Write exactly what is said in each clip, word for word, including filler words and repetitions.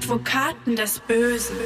Advokaten des Bösen.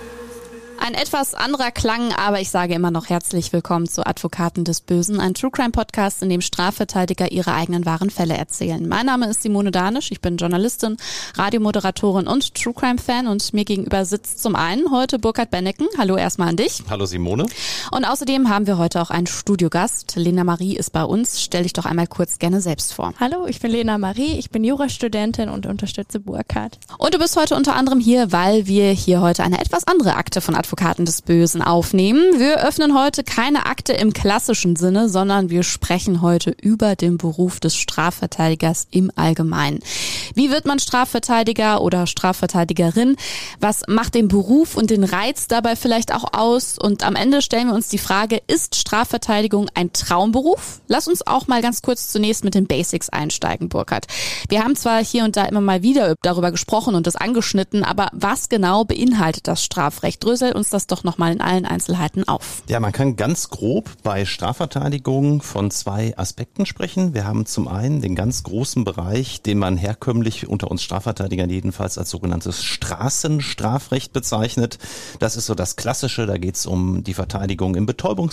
Ein etwas anderer Klang, aber ich sage immer noch herzlich willkommen zu Advokaten des Bösen, ein True-Crime-Podcast, in dem Strafverteidiger ihre eigenen wahren Fälle erzählen. Mein Name ist Simone Danisch, ich bin Journalistin, Radiomoderatorin und True-Crime-Fan und mir gegenüber sitzt zum einen heute Burkhard Benneken. Hallo erstmal an dich. Hallo Simone. Und außerdem haben wir heute auch einen Studiogast. Lena Marie ist bei uns. Stell dich doch einmal kurz gerne selbst vor. Hallo, ich bin Lena Marie, ich bin Jurastudentin und unterstütze Burkhard. Und du bist heute unter anderem hier, weil wir hier heute eine etwas andere Akte von Advokaten des Bösen aufnehmen. Wir öffnen heute keine Akte im klassischen Sinne, sondern wir sprechen heute über den Beruf des Strafverteidigers im Allgemeinen. Wie wird man Strafverteidiger oder Strafverteidigerin? Was macht den Beruf und den Reiz dabei vielleicht auch aus? Und am Ende stellen wir uns die Frage, ist Strafverteidigung ein Traumberuf? Lass uns auch mal ganz kurz zunächst mit den Basics einsteigen, Burkhard. Wir haben zwar hier und da immer mal wieder darüber gesprochen und das angeschnitten, aber was genau beinhaltet das Strafrecht? Drösel uns das doch nochmal in allen Einzelheiten auf. Ja, man kann ganz grob bei Strafverteidigung von zwei Aspekten sprechen. Wir haben zum einen den ganz großen Bereich, den man herkömmlich unter uns Strafverteidigern jedenfalls als sogenanntes Straßenstrafrecht bezeichnet. Das ist so das Klassische, da geht es um die Verteidigung in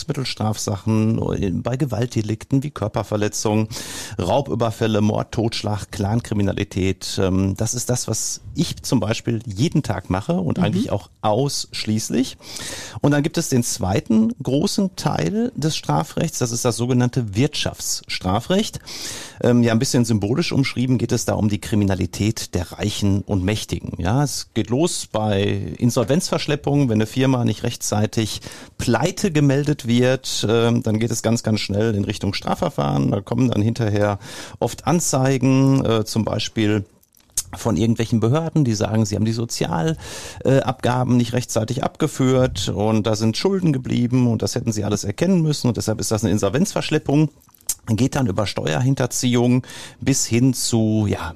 Betäubungsmittelstrafsachen, bei Gewaltdelikten wie Körperverletzung, Raubüberfälle, Mord, Totschlag, Clankriminalität. Das ist das, was ich zum Beispiel jeden Tag mache und mhm. eigentlich auch ausschließlich. Und dann gibt es den zweiten großen Teil des Strafrechts, das ist das sogenannte Wirtschaftsstrafrecht. Ähm, ja, ein bisschen symbolisch umschrieben geht es da um die Kriminalität der Reichen und Mächtigen. Ja, es geht los bei Insolvenzverschleppungen, wenn eine Firma nicht rechtzeitig pleite gemeldet wird, äh, dann geht es ganz, ganz schnell in Richtung Strafverfahren. Da kommen dann hinterher oft Anzeigen, äh, zum Beispiel von irgendwelchen Behörden, die sagen, sie haben die Sozialabgaben nicht rechtzeitig abgeführt und da sind Schulden geblieben und das hätten sie alles erkennen müssen und deshalb ist das eine Insolvenzverschleppung. Geht dann über Steuerhinterziehung bis hin zu ja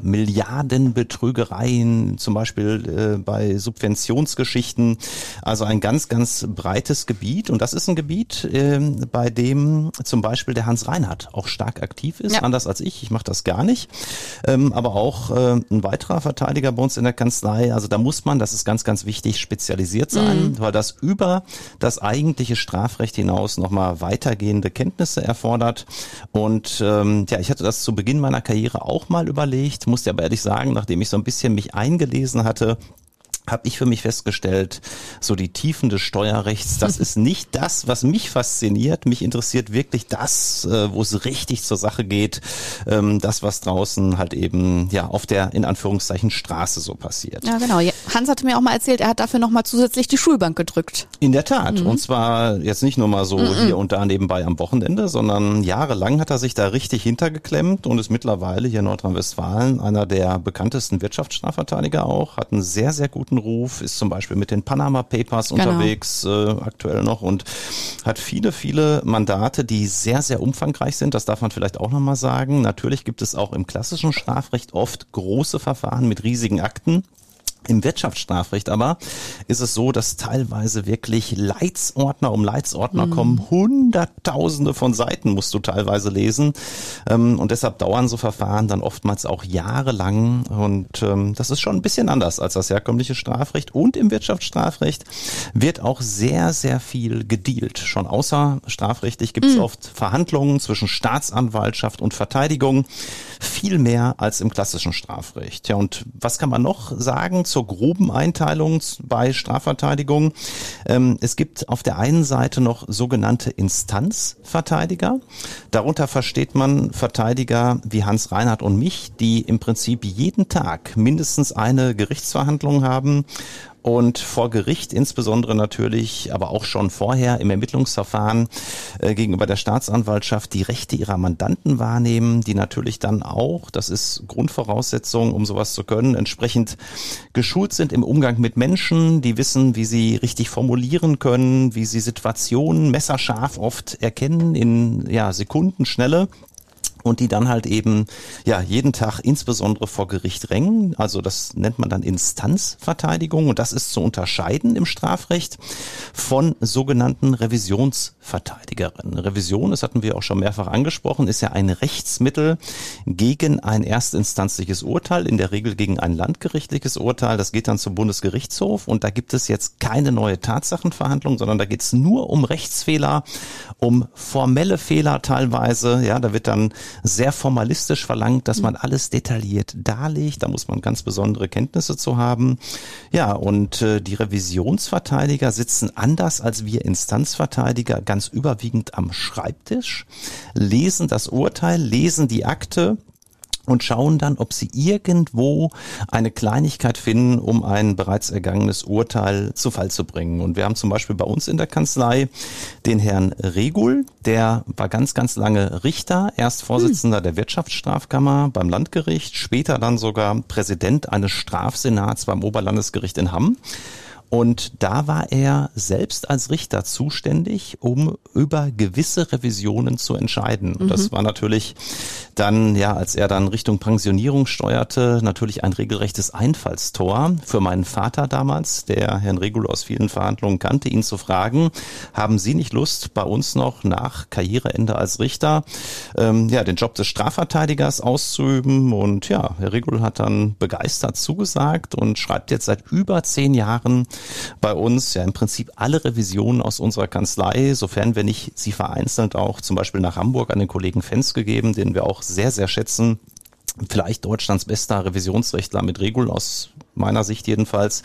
Milliardenbetrügereien, zum Beispiel äh, bei Subventionsgeschichten. Also ein ganz, ganz breites Gebiet. Und das ist ein Gebiet, äh, bei dem zum Beispiel der Hans Reinhardt auch stark aktiv ist. Ja. Anders als ich. Ich mache das gar nicht. Ähm, aber auch äh, ein weiterer Verteidiger bei uns in der Kanzlei. Also da muss man, das ist ganz, ganz wichtig, spezialisiert sein, mhm. weil das über das eigentliche Strafrecht hinaus nochmal weitergehende Kenntnisse erfordert. Und ähm, ja, ich hatte das zu Beginn meiner Karriere auch mal überlegt, musste aber ehrlich sagen, nachdem ich so ein bisschen mich eingelesen hatte, habe ich für mich festgestellt, so die Tiefen des Steuerrechts, das ist nicht das, was mich fasziniert. Mich interessiert wirklich das, wo es richtig zur Sache geht, das, was draußen halt eben ja auf der, in Anführungszeichen, Straße so passiert. Ja, genau. Hans hatte mir auch mal erzählt, er hat dafür nochmal zusätzlich die Schulbank gedrückt. In der Tat. Mhm. Und zwar jetzt nicht nur mal so mhm. hier und da nebenbei am Wochenende, sondern jahrelang hat er sich da richtig hintergeklemmt und ist mittlerweile hier in Nordrhein-Westfalen einer der bekanntesten Wirtschaftsstrafverteidiger auch, hat einen sehr, sehr guten Ruf, ist zum Beispiel mit den Panama Papers genau. unterwegs, äh, aktuell noch und hat viele, viele Mandate, die sehr, sehr umfangreich sind. Das darf man vielleicht auch nochmal sagen. Natürlich gibt es auch im klassischen Strafrecht oft große Verfahren mit riesigen Akten. Im Wirtschaftsstrafrecht aber ist es so, dass teilweise wirklich Leitsordner um Leitsordner mhm. kommen. Hunderttausende von Seiten musst du teilweise lesen. Und deshalb dauern so Verfahren dann oftmals auch jahrelang. Und das ist schon ein bisschen anders als das herkömmliche Strafrecht. Und im Wirtschaftsstrafrecht wird auch sehr, sehr viel gedealt. Schon außerstrafrechtlich gibt es mhm. oft Verhandlungen zwischen Staatsanwaltschaft und Verteidigung. Viel mehr als im klassischen Strafrecht. Ja, und was kann man noch sagen zur groben Einteilung bei Strafverteidigung? Ähm, es gibt auf der einen Seite noch sogenannte Instanzverteidiger. Darunter versteht man Verteidiger wie Hans Reinhardt und mich, die im Prinzip jeden Tag mindestens eine Gerichtsverhandlung haben und vor Gericht insbesondere natürlich, aber auch schon vorher im Ermittlungsverfahren äh, gegenüber der Staatsanwaltschaft die Rechte ihrer Mandanten wahrnehmen, die natürlich dann auch, das ist Grundvoraussetzung, um sowas zu können, entsprechend geschult sind im Umgang mit Menschen, die wissen, wie sie richtig formulieren können, wie sie Situationen messerscharf oft erkennen in ja Sekundenschnelle. und die dann halt eben ja jeden Tag insbesondere vor Gericht rängen. Also das nennt man dann Instanzverteidigung und das ist zu unterscheiden im Strafrecht von sogenannten Revisionsverteidigerinnen. Revision, das hatten wir auch schon mehrfach angesprochen, ist ja ein Rechtsmittel gegen ein erstinstanzliches Urteil, in der Regel gegen ein landgerichtliches Urteil. Das geht dann zum Bundesgerichtshof und da gibt es jetzt keine neue Tatsachenverhandlung, sondern da geht es nur um Rechtsfehler, um formelle Fehler teilweise. Ja, da wird dann sehr formalistisch verlangt, dass man alles detailliert darlegt. Da muss man ganz besondere Kenntnisse zu haben. Ja, und äh, die Revisionsverteidiger sitzen anders als wir Instanzverteidiger ganz überwiegend am Schreibtisch, lesen das Urteil, lesen die Akte und schauen dann, ob sie irgendwo eine Kleinigkeit finden, um ein bereits ergangenes Urteil zu Fall zu bringen. Und wir haben zum Beispiel bei uns in der Kanzlei den Herrn Regul, der war ganz, ganz lange Richter, erst Vorsitzender hm. der Wirtschaftsstrafkammer beim Landgericht, später dann sogar Präsident eines Strafsenats beim Oberlandesgericht in Hamm. Und da war er selbst als Richter zuständig, um über gewisse Revisionen zu entscheiden. Und das war natürlich dann, ja, als er dann Richtung Pensionierung steuerte, natürlich ein regelrechtes Einfallstor für meinen Vater damals, der Herrn Regul aus vielen Verhandlungen kannte, ihn zu fragen, haben Sie nicht Lust, bei uns noch nach Karriereende als Richter ähm, ja den Job des Strafverteidigers auszuüben? Und ja, Herr Regul hat dann begeistert zugesagt und schreibt jetzt seit über zehn Jahren bei uns ja im Prinzip alle Revisionen aus unserer Kanzlei, sofern wir nicht sie vereinzelt auch zum Beispiel nach Hamburg an den Kollegen Fenz gegeben, den wir auch sehr, sehr schätzen. Vielleicht Deutschlands bester Revisionsrechtler mit Regul aus meiner Sicht jedenfalls.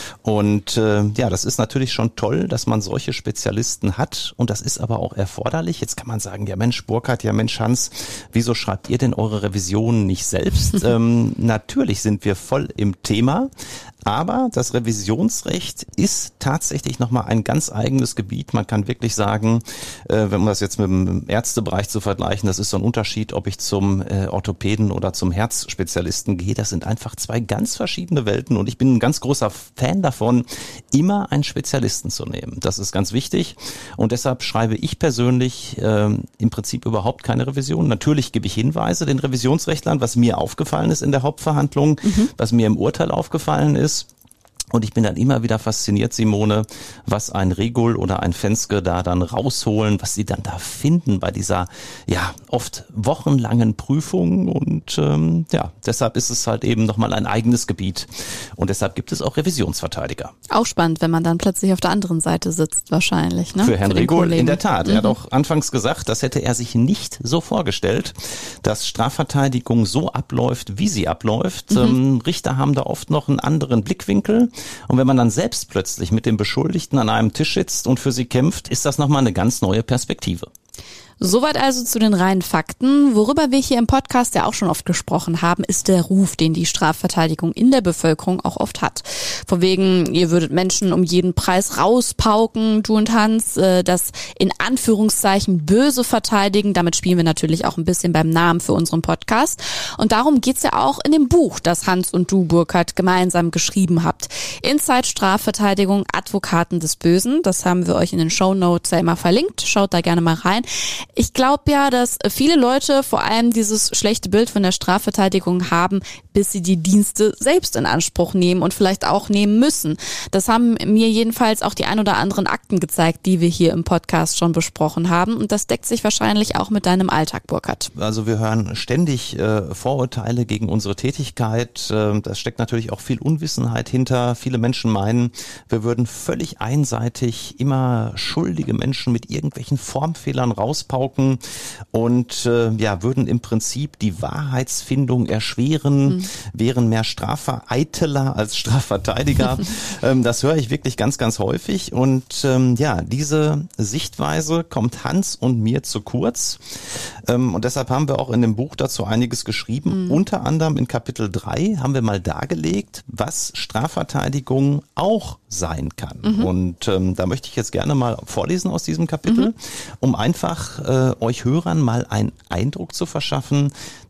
Und äh, ja, das ist natürlich schon toll, dass man solche Spezialisten hat und das ist aber auch erforderlich. Jetzt kann man sagen, ja Mensch Burkhard, ja Mensch Hans, wieso schreibt ihr denn eure Revisionen nicht selbst? ähm, natürlich sind wir voll im Thema, aber das Revisionsrecht ist tatsächlich nochmal ein ganz eigenes Gebiet. Man kann wirklich sagen, äh, wenn man das jetzt mit dem Ärztebereich zu vergleichen, das ist so ein Unterschied, ob ich zum äh, Orthopäden oder zum Herzspezialisten gehe. Das sind einfach zwei ganz verschiedene Welten und ich bin ein ganz großer Fan davon, immer einen Spezialisten zu nehmen. Das ist ganz wichtig und deshalb schreibe ich persönlich äh, im Prinzip überhaupt keine Revision. Natürlich gebe ich Hinweise den Revisionsrechtlern, was mir aufgefallen ist in der Hauptverhandlung, mhm. was mir im Urteil aufgefallen ist. Und ich bin dann immer wieder fasziniert, Simone, was ein Regul oder ein Fenske da dann rausholen, was sie dann da finden bei dieser ja oft wochenlangen Prüfung. Und ähm, ja, deshalb ist es halt eben nochmal ein eigenes Gebiet. Und deshalb gibt es auch Revisionsverteidiger. Auch spannend, wenn man dann plötzlich auf der anderen Seite sitzt wahrscheinlich. Ne? Für Herrn Für Regul in der Tat. Mhm. Er hat auch anfangs gesagt, das hätte er sich nicht so vorgestellt, dass Strafverteidigung so abläuft, wie sie abläuft. Mhm. Ähm, Richter haben da oft noch einen anderen Blickwinkel. Und wenn man dann selbst plötzlich mit dem Beschuldigten an einem Tisch sitzt und für sie kämpft, ist das nochmal eine ganz neue Perspektive. Soweit also zu den reinen Fakten. Worüber wir hier im Podcast ja auch schon oft gesprochen haben, ist der Ruf, den die Strafverteidigung in der Bevölkerung auch oft hat. Von wegen, ihr würdet Menschen um jeden Preis rauspauken, du und Hans, äh, das in Anführungszeichen Böse verteidigen. Damit spielen wir natürlich auch ein bisschen beim Namen für unseren Podcast. Und darum geht's ja auch in dem Buch, das Hans und du, Burkhard, gemeinsam geschrieben habt. Inside Strafverteidigung, Advokaten des Bösen. Das haben wir euch in den Shownotes ja immer verlinkt. Schaut da gerne mal rein. Ich glaube ja, dass viele Leute vor allem dieses schlechte Bild von der Strafverteidigung haben, bis sie die Dienste selbst in Anspruch nehmen und vielleicht auch nehmen müssen. Das haben mir jedenfalls auch die ein oder anderen Akten gezeigt, die wir hier im Podcast schon besprochen haben. Und das deckt sich wahrscheinlich auch mit deinem Alltag, Burkhard. Also wir hören ständig äh, Vorurteile gegen unsere Tätigkeit. Äh, das steckt natürlich auch viel Unwissenheit hinter. Viele Menschen meinen, wir würden völlig einseitig immer schuldige Menschen mit irgendwelchen Formfehlern rauspauken und äh, ja würden im Prinzip die Wahrheitsfindung erschweren, mhm. wären mehr Strafvereiteler als Strafverteidiger. ähm, das höre ich wirklich ganz, ganz häufig und ähm, ja, diese Sichtweise kommt Hans und mir zu kurz ähm, und deshalb haben wir auch in dem Buch dazu einiges geschrieben. Mhm. Unter anderem in Kapitel drei haben wir mal dargelegt, was Strafverteidigung auch sein kann. Mhm. Und ähm, da möchte ich jetzt gerne mal vorlesen aus diesem Kapitel, mhm. um einfach äh, euch Hörern mal einen Eindruck zu verschaffen,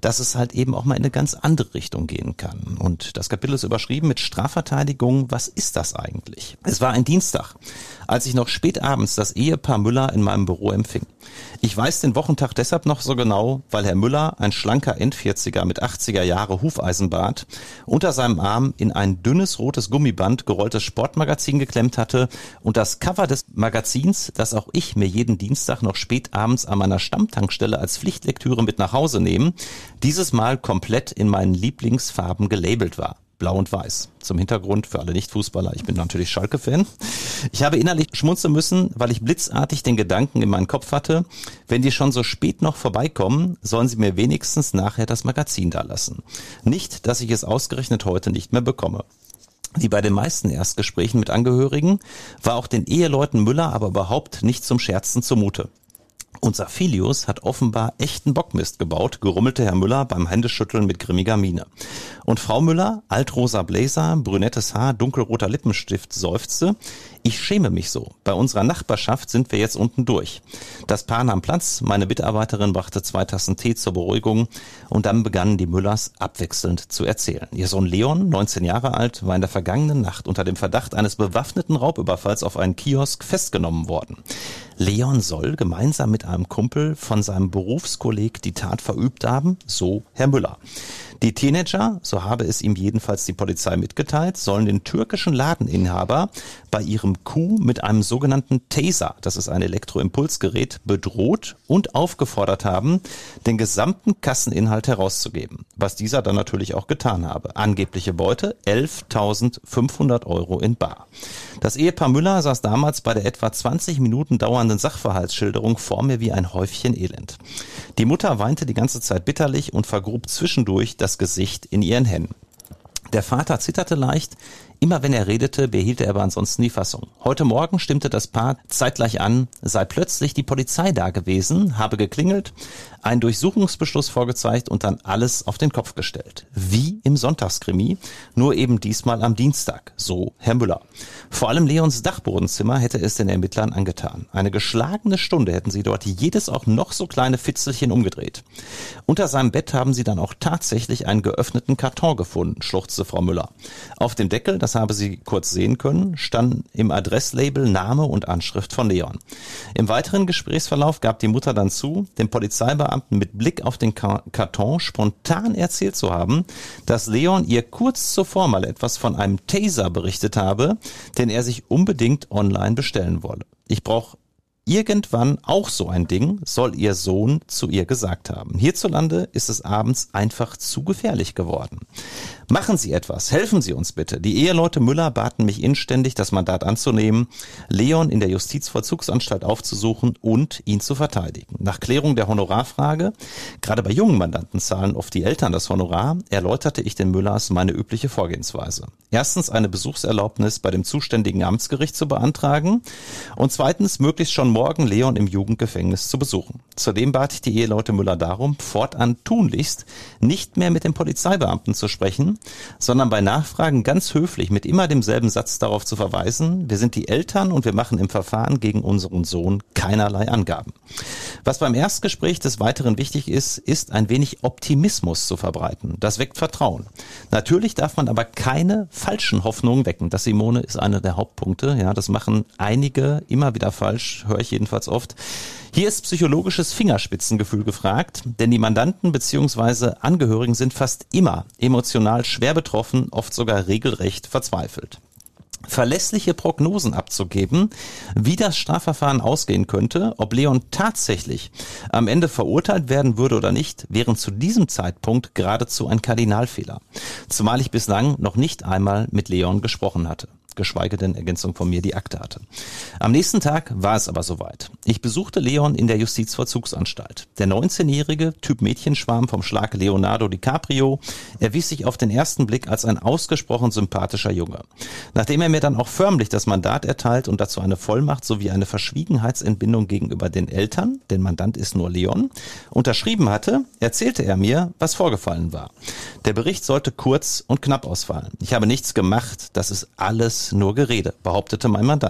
dass es halt eben auch mal in eine ganz andere Richtung gehen kann. Und das Kapitel ist überschrieben mit Strafverteidigung. Was ist das eigentlich? Es war ein Dienstag, als ich noch spät abends das Ehepaar Müller in meinem Büro empfing. Ich weiß den Wochentag deshalb noch so genau, weil Herr Müller, ein schlanker Endvierziger mit achtziger Jahre Hufeisenbart, unter seinem Arm in ein dünnes rotes Gummiband gerolltes Sportmagazin geklemmt hatte und das Cover des Magazins, das auch ich mir jeden Dienstag noch spät abends an meiner Stammtankstelle als Pflichtlektüre mit nach Hause nehme, dieses Mal komplett in meinen Lieblingsfarben gelabelt war. Blau und Weiß. Zum Hintergrund für alle Nicht-Fußballer, ich bin natürlich Schalke-Fan. Ich habe innerlich schmunzeln müssen, weil ich blitzartig den Gedanken in meinem Kopf hatte, wenn die schon so spät noch vorbeikommen, sollen sie mir wenigstens nachher das Magazin dalassen. Nicht, dass ich es ausgerechnet heute nicht mehr bekomme. Wie bei den meisten Erstgesprächen mit Angehörigen war auch den Eheleuten Müller aber überhaupt nicht zum Scherzen zumute. Unser Filius hat offenbar echten Bockmist gebaut, gerummelte Herr Müller beim Händeschütteln mit grimmiger Miene. Und Frau Müller, altrosa Blazer, brünettes Haar, dunkelroter Lippenstift, seufzte: Ich schäme mich so. Bei unserer Nachbarschaft sind wir jetzt unten durch. Das Paar nahm Platz, meine Mitarbeiterin brachte zwei Tassen Tee zur Beruhigung und dann begannen die Müllers abwechselnd zu erzählen. Ihr Sohn Leon, neunzehn Jahre alt, war in der vergangenen Nacht unter dem Verdacht eines bewaffneten Raubüberfalls auf einen Kiosk festgenommen worden. Leon soll gemeinsam mit einem Kumpel von seinem Berufskolleg die Tat verübt haben, so Herr Müller. Die Teenager, so habe es ihm jedenfalls die Polizei mitgeteilt, sollen den türkischen Ladeninhaber bei ihrem Coup mit einem sogenannten Taser, das ist ein Elektroimpulsgerät, bedroht und aufgefordert haben, den gesamten Kasseninhalt herauszugeben, was dieser dann natürlich auch getan habe. Angebliche Beute elftausendfünfhundert Euro in bar. Das Ehepaar Müller saß damals bei der etwa zwanzig Minuten dauernden Sachverhaltsschilderung vor mir wie ein Häufchen Elend. Die Mutter weinte die ganze Zeit bitterlich und vergrub zwischendurch das Gesicht in ihren Händen. Der Vater zitterte leicht, immer wenn er redete, behielt er aber ansonsten die Fassung. Heute Morgen stimmte das Paar zeitgleich an, sei plötzlich die Polizei da gewesen, habe geklingelt, einen Durchsuchungsbeschluss vorgezeigt und dann alles auf den Kopf gestellt. Wie im Sonntagskrimi, nur eben diesmal am Dienstag, so Herr Müller. Vor allem Leons Dachbodenzimmer hätte es den Ermittlern angetan. Eine geschlagene Stunde hätten sie dort jedes auch noch so kleine Fitzelchen umgedreht. Unter seinem Bett haben sie dann auch tatsächlich einen geöffneten Karton gefunden, schluchzte Frau Müller. Auf dem Deckel, das habe sie kurz sehen können, stand im Adresslabel Name und Anschrift von Leon. Im weiteren Gesprächsverlauf gab die Mutter dann zu, dem Polizeibeamten mit Blick auf den Karton spontan erzählt zu haben, dass Leon ihr kurz zuvor mal etwas von einem Taser berichtet habe, den er sich unbedingt online bestellen wolle. Ich brauche irgendwann auch so ein Ding, soll ihr Sohn zu ihr gesagt haben. Hierzulande ist es abends einfach zu gefährlich geworden. Machen Sie etwas, helfen Sie uns bitte. Die Eheleute Müller baten mich inständig, das Mandat anzunehmen, Leon in der Justizvollzugsanstalt aufzusuchen und ihn zu verteidigen. Nach Klärung der Honorarfrage, gerade bei jungen Mandanten zahlen oft die Eltern das Honorar, erläuterte ich den Müllers meine übliche Vorgehensweise. Erstens eine Besuchserlaubnis bei dem zuständigen Amtsgericht zu beantragen und zweitens möglichst schon morgen Leon im Jugendgefängnis zu besuchen. Zudem bat ich die Eheleute Müller darum, fortan tunlichst nicht mehr mit dem Polizeibeamten zu sprechen, sondern bei Nachfragen ganz höflich mit immer demselben Satz darauf zu verweisen, wir sind die Eltern und wir machen im Verfahren gegen unseren Sohn keinerlei Angaben. Was beim Erstgespräch des Weiteren wichtig ist, ist ein wenig Optimismus zu verbreiten. Das weckt Vertrauen. Natürlich darf man aber keine falschen Hoffnungen wecken. Das, Simone, ist einer der Hauptpunkte. Ja, das machen einige immer wieder falsch, höre ich jedenfalls oft. Hier ist psychologisches Fingerspitzengefühl gefragt, denn die Mandanten bzw. Angehörigen sind fast immer emotional schwer betroffen, oft sogar regelrecht verzweifelt. Verlässliche Prognosen abzugeben, wie das Strafverfahren ausgehen könnte, ob Leon tatsächlich am Ende verurteilt werden würde oder nicht, wären zu diesem Zeitpunkt geradezu ein Kardinalfehler. Zumal ich bislang noch nicht einmal mit Leon gesprochen hatte. Geschweige denn, Ergänzung von mir, die Akte hatte. Am nächsten Tag war es aber soweit. Ich besuchte Leon in der Justizvollzugsanstalt. Der neunzehnjährige Typ Mädchenschwarm vom Schlag Leonardo DiCaprio erwies sich auf den ersten Blick als ein ausgesprochen sympathischer Junge. Nachdem er mir dann auch förmlich das Mandat erteilt und dazu eine Vollmacht sowie eine Verschwiegenheitsentbindung gegenüber den Eltern, denn Mandant ist nur Leon, unterschrieben hatte, erzählte er mir, was vorgefallen war. Der Bericht sollte kurz und knapp ausfallen. Ich habe nichts gemacht, das ist alles nur Gerede, behauptete mein Mandant.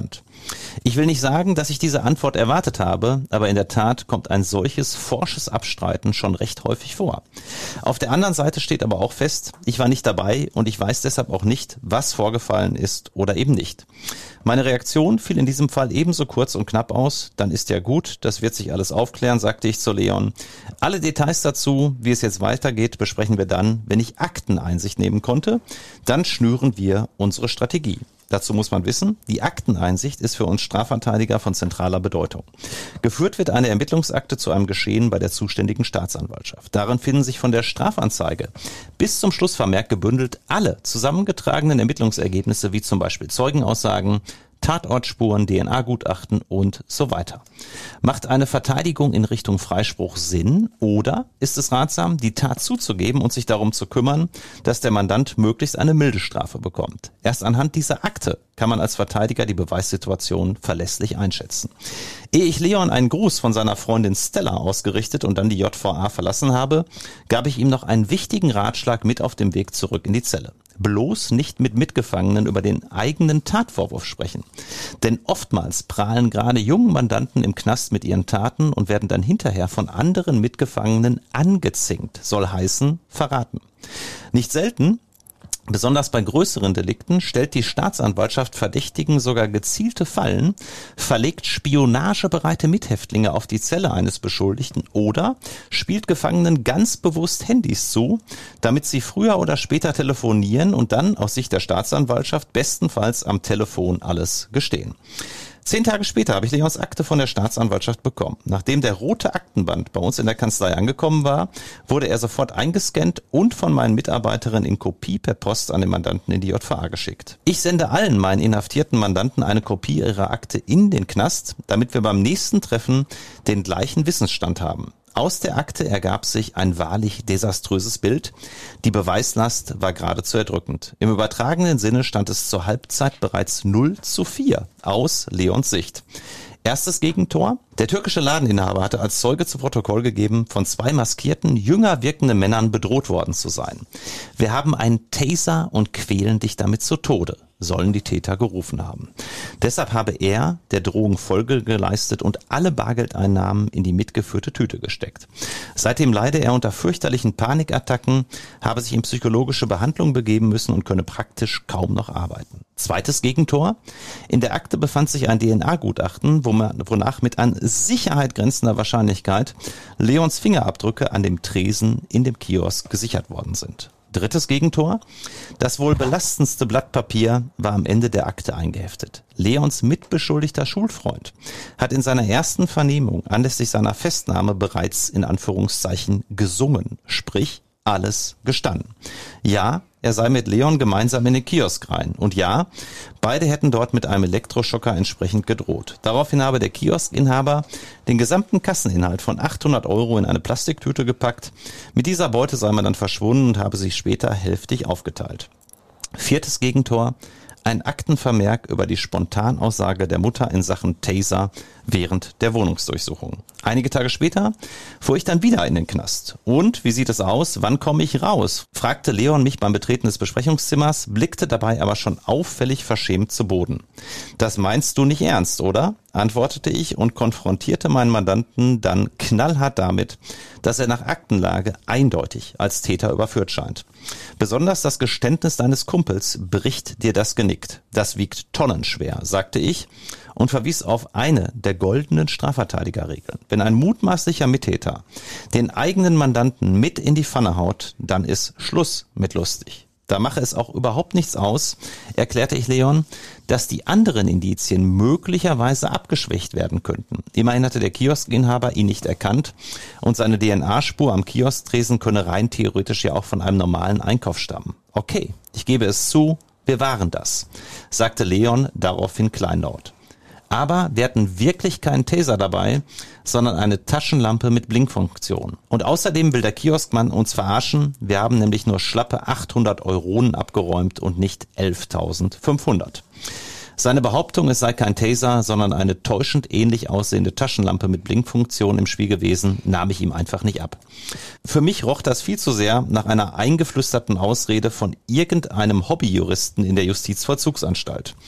Ich will nicht sagen, dass ich diese Antwort erwartet habe, aber in der Tat kommt ein solches forsches Abstreiten schon recht häufig vor. Auf der anderen Seite steht aber auch fest, ich war nicht dabei und ich weiß deshalb auch nicht, was vorgefallen ist oder eben nicht. Meine Reaktion fiel in diesem Fall ebenso kurz und knapp aus. Dann ist ja gut, das wird sich alles aufklären, sagte ich zu Leon. Alle Details dazu, wie es jetzt weitergeht, besprechen wir dann, wenn ich Akteneinsicht nehmen konnte. Dann schnüren wir unsere Strategie. Dazu muss man wissen, die Akteneinsicht ist für uns Strafverteidiger von zentraler Bedeutung. Geführt wird eine Ermittlungsakte zu einem Geschehen bei der zuständigen Staatsanwaltschaft. Darin finden sich von der Strafanzeige bis zum Schlussvermerk gebündelt alle zusammengetragenen Ermittlungsergebnisse, wie zum Beispiel Zeugenaussagen, Tatortspuren, D N A-Gutachten und so weiter. Macht eine Verteidigung in Richtung Freispruch Sinn oder ist es ratsam, die Tat zuzugeben und sich darum zu kümmern, dass der Mandant möglichst eine milde Strafe bekommt? Erst anhand dieser Akte kann man als Verteidiger die Beweissituation verlässlich einschätzen. Ehe ich Leon einen Gruß von seiner Freundin Stella ausgerichtet und dann die J V A verlassen habe, gab ich ihm noch einen wichtigen Ratschlag mit auf dem Weg zurück in die Zelle. Bloß nicht mit Mitgefangenen über den eigenen Tatvorwurf sprechen. Denn oftmals prahlen gerade jungen Mandanten im Knast mit ihren Taten und werden dann hinterher von anderen Mitgefangenen angezinkt, soll heißen, verraten. Nicht selten, besonders bei größeren Delikten, stellt die Staatsanwaltschaft Verdächtigen sogar gezielte Fallen, verlegt spionagebereite Mithäftlinge auf die Zelle eines Beschuldigten oder spielt Gefangenen ganz bewusst Handys zu, damit sie früher oder später telefonieren und dann aus Sicht der Staatsanwaltschaft bestenfalls am Telefon alles gestehen. Zehn Tage später habe ich Leons Akte von der Staatsanwaltschaft bekommen. Nachdem der rote Aktenband bei uns in der Kanzlei angekommen war, wurde er sofort eingescannt und von meinen Mitarbeiterinnen in Kopie per Post an den Mandanten in die J V A geschickt. Ich sende allen meinen inhaftierten Mandanten eine Kopie ihrer Akte in den Knast, damit wir beim nächsten Treffen den gleichen Wissensstand haben. Aus der Akte ergab sich ein wahrlich desaströses Bild. Die Beweislast war geradezu erdrückend. Im übertragenen Sinne stand es zur Halbzeit bereits null zu vier aus Leons Sicht. Erstes Gegentor. Der türkische Ladeninhaber hatte als Zeuge zu Protokoll gegeben, von zwei maskierten, jünger wirkenden Männern bedroht worden zu sein. Wir haben einen Taser und quälen dich damit zu Tode, sollen die Täter gerufen haben. Deshalb habe er der Drohung Folge geleistet und alle Bargeldeinnahmen in die mitgeführte Tüte gesteckt. Seitdem leide er unter fürchterlichen Panikattacken, habe sich in psychologische Behandlung begeben müssen und könne praktisch kaum noch arbeiten. Zweites Gegentor. In der Akte befand sich ein D N A-Gutachten, wonach mit an Sicherheit grenzender Wahrscheinlichkeit Leons Fingerabdrücke an dem Tresen in dem Kiosk gesichert worden sind. Drittes Gegentor. Das wohl belastendste Blatt Papier war am Ende der Akte eingeheftet. Leons mitbeschuldigter Schulfreund hat in seiner ersten Vernehmung anlässlich seiner Festnahme bereits in Anführungszeichen gesungen, sprich alles gestanden. Ja, er sei mit Leon gemeinsam in den Kiosk rein. Und ja, beide hätten dort mit einem Elektroschocker entsprechend gedroht. Daraufhin habe der Kioskinhaber den gesamten Kasseninhalt von achthundert Euro in eine Plastiktüte gepackt. Mit dieser Beute sei man dann verschwunden und habe sich später hälftig aufgeteilt. Viertes Gegentor. Ein Aktenvermerk über die Spontanaussage der Mutter in Sachen Taser während der Wohnungsdurchsuchung. Einige Tage später fuhr ich dann wieder in den Knast. Und, wie sieht es aus? Wann komme ich raus? Fragte Leon mich beim Betreten des Besprechungszimmers, blickte dabei aber schon auffällig verschämt zu Boden. Das meinst du nicht ernst, oder? Antwortete ich und konfrontierte meinen Mandanten dann knallhart damit, dass er nach Aktenlage eindeutig als Täter überführt scheint. Besonders das Geständnis deines Kumpels bricht dir das Genick. Das wiegt tonnenschwer, sagte ich und verwies auf eine der goldenen Strafverteidigerregeln. Wenn ein mutmaßlicher Mittäter den eigenen Mandanten mit in die Pfanne haut, dann ist Schluss mit lustig. Da mache es auch überhaupt nichts aus, erklärte ich Leon, dass die anderen Indizien möglicherweise abgeschwächt werden könnten. Immerhin hatte der Kioskinhaber ihn nicht erkannt und seine D N A-Spur am Kiosktresen könne rein theoretisch ja auch von einem normalen Einkauf stammen. Okay, ich gebe es zu, wir waren das, sagte Leon daraufhin kleinlaut. Aber wir hatten wirklich keinen Taser dabei, sondern eine Taschenlampe mit Blinkfunktion. Und außerdem will der Kioskmann uns verarschen, wir haben nämlich nur schlappe achthundert Euronen abgeräumt und nicht elftausendfünfhundert. Seine Behauptung, es sei kein Taser, sondern eine täuschend ähnlich aussehende Taschenlampe mit Blinkfunktion im Spiel gewesen, nahm ich ihm einfach nicht ab. Für mich roch das viel zu sehr nach einer eingeflüsterten Ausrede von irgendeinem Hobbyjuristen in der Justizvollzugsanstalt.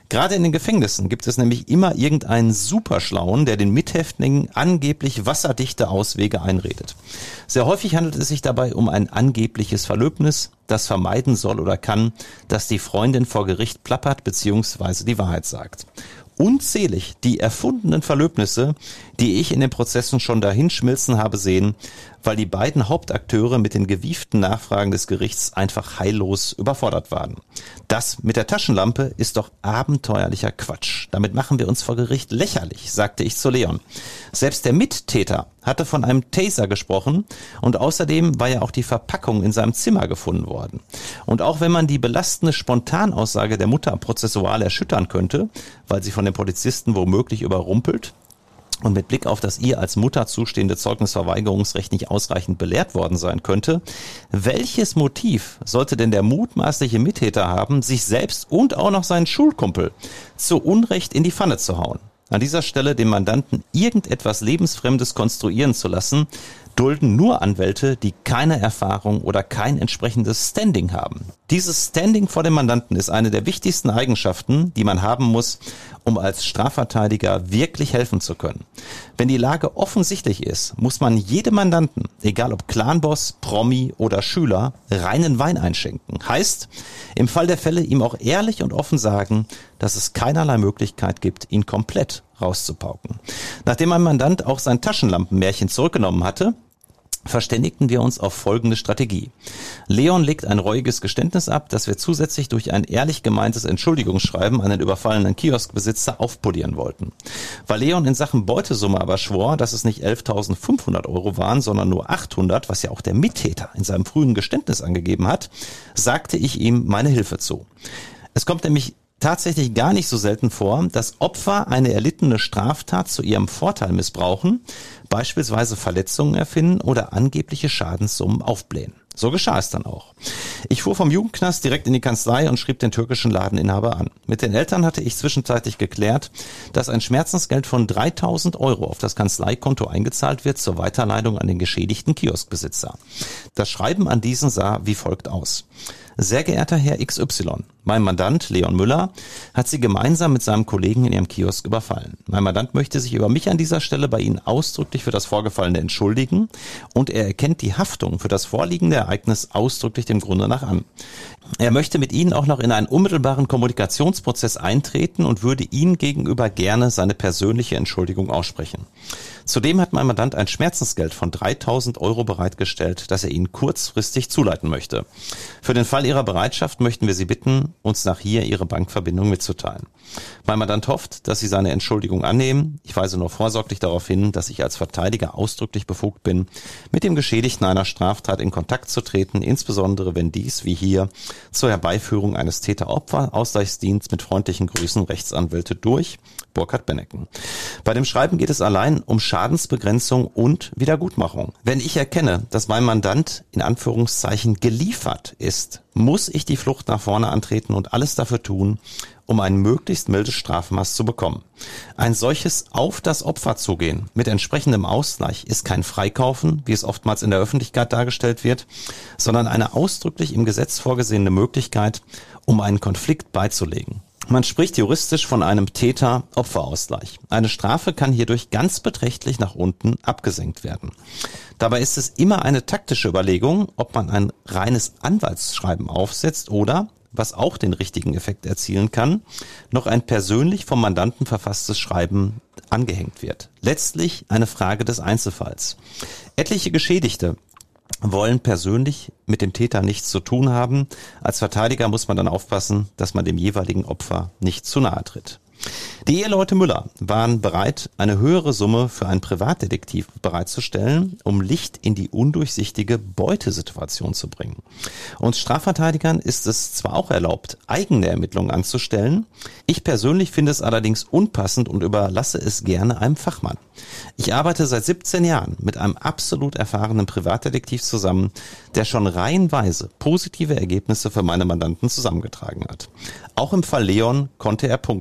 Gerade in den Gefängnissen gibt es nämlich immer irgendeinen Superschlauen, der den Mithäftlingen angeblich wasserdichte Auswege einredet. Sehr häufig handelt es sich dabei um ein angebliches Verlöbnis, das vermeiden soll oder kann, dass die Freundin vor Gericht plappert bzw. die Wahrheit sagt. Unzählig die erfundenen Verlöbnisse, die ich in den Prozessen schon dahinschmilzen habe sehen, weil die beiden Hauptakteure mit den gewieften Nachfragen des Gerichts einfach heillos überfordert waren. Das mit der Taschenlampe ist doch abenteuerlicher Quatsch. Damit machen wir uns vor Gericht lächerlich, sagte ich zu Leon. Selbst der Mittäter hatte von einem Taser gesprochen und außerdem war ja auch die Verpackung in seinem Zimmer gefunden worden. Und auch wenn man die belastende Spontanaussage der Mutter prozessual erschüttern könnte, weil sie von den Polizisten womöglich überrumpelt und mit Blick auf das ihr als Mutter zustehende Zeugnisverweigerungsrecht nicht ausreichend belehrt worden sein könnte, welches Motiv sollte denn der mutmaßliche Mittäter haben, sich selbst und auch noch seinen Schulkumpel zu Unrecht in die Pfanne zu hauen? An dieser Stelle dem Mandanten irgendetwas Lebensfremdes konstruieren zu lassen, dulden nur Anwälte, die keine Erfahrung oder kein entsprechendes Standing haben. Dieses Standing vor dem Mandanten ist eine der wichtigsten Eigenschaften, die man haben muss, um als Strafverteidiger wirklich helfen zu können. Wenn die Lage offensichtlich ist, muss man jedem Mandanten, egal ob Clanboss, Promi oder Schüler, reinen Wein einschenken. Heißt, im Fall der Fälle ihm auch ehrlich und offen sagen, dass es keinerlei Möglichkeit gibt, ihn komplett rauszupauken. Nachdem mein Mandant auch sein Taschenlampenmärchen zurückgenommen hatte, verständigten wir uns auf folgende Strategie. Leon legt ein reuiges Geständnis ab, das wir zusätzlich durch ein ehrlich gemeintes Entschuldigungsschreiben an den überfallenen Kioskbesitzer aufpolieren wollten. Weil Leon in Sachen Beutesumme aber schwor, dass es nicht elftausendfünfhundert Euro waren, sondern nur achthundert, was ja auch der Mittäter in seinem frühen Geständnis angegeben hat, sagte ich ihm meine Hilfe zu. Es kommt nämlich tatsächlich gar nicht so selten vor, dass Opfer eine erlittene Straftat zu ihrem Vorteil missbrauchen, beispielsweise Verletzungen erfinden oder angebliche Schadenssummen aufblähen. So geschah es dann auch. Ich fuhr vom Jugendknast direkt in die Kanzlei und schrieb den türkischen Ladeninhaber an. Mit den Eltern hatte ich zwischenzeitlich geklärt, dass ein Schmerzensgeld von dreitausend Euro auf das Kanzleikonto eingezahlt wird zur Weiterleitung an den geschädigten Kioskbesitzer. Das Schreiben an diesen sah wie folgt aus. Sehr geehrter Herr X Y, mein Mandant Leon Müller hat Sie gemeinsam mit seinem Kollegen in Ihrem Kiosk überfallen. Mein Mandant möchte sich über mich an dieser Stelle bei Ihnen ausdrücklich für das Vorgefallene entschuldigen und er erkennt die Haftung für das vorliegende Ereignis ausdrücklich dem Grunde nach an. Er möchte mit Ihnen auch noch in einen unmittelbaren Kommunikationsprozess eintreten und würde Ihnen gegenüber gerne seine persönliche Entschuldigung aussprechen. Zudem hat mein Mandant ein Schmerzensgeld von dreitausend Euro bereitgestellt, das er Ihnen kurzfristig zuleiten möchte. Für den Fall Ihrer Bereitschaft möchten wir Sie bitten, uns nach hier Ihre Bankverbindung mitzuteilen. Mein Mandant hofft, dass Sie seine Entschuldigung annehmen. Ich weise nur vorsorglich darauf hin, dass ich als Verteidiger ausdrücklich befugt bin, mit dem Geschädigten einer Straftat in Kontakt zu treten, insbesondere wenn dies, wie hier, zur Herbeiführung eines Täter-Opfer-Ausgleichsdienstes mit freundlichen Grüßen Rechtsanwälte durch Burkhard Bennecken. Bei dem Schreiben geht es allein um Schadensbegrenzung und Wiedergutmachung. Wenn ich erkenne, dass mein Mandant in Anführungszeichen geliefert ist, muss ich die Flucht nach vorne antreten und alles dafür tun, um ein möglichst mildes Strafmaß zu bekommen. Ein solches auf das Opfer zugehen mit entsprechendem Ausgleich ist kein Freikaufen, wie es oftmals in der Öffentlichkeit dargestellt wird, sondern eine ausdrücklich im Gesetz vorgesehene Möglichkeit, um einen Konflikt beizulegen. Man spricht juristisch von einem Täter-Opfer-Ausgleich. Eine Strafe kann hierdurch ganz beträchtlich nach unten abgesenkt werden. Dabei ist es immer eine taktische Überlegung, ob man ein reines Anwaltsschreiben aufsetzt oder, was auch den richtigen Effekt erzielen kann, noch ein persönlich vom Mandanten verfasstes Schreiben angehängt wird. Letztlich eine Frage des Einzelfalls. Etliche Geschädigte wollen persönlich mit dem Täter nichts zu tun haben. Als Verteidiger muss man dann aufpassen, dass man dem jeweiligen Opfer nicht zu nahe tritt. Die Eheleute Müller waren bereit, eine höhere Summe für einen Privatdetektiv bereitzustellen, um Licht in die undurchsichtige Beutesituation zu bringen. Uns Strafverteidigern ist es zwar auch erlaubt, eigene Ermittlungen anzustellen, ich persönlich finde es allerdings unpassend und überlasse es gerne einem Fachmann. Ich arbeite seit siebzehn Jahren mit einem absolut erfahrenen Privatdetektiv zusammen, der schon reihenweise positive Ergebnisse für meine Mandanten zusammengetragen hat. Auch im Fall Leon konnte er punkten. In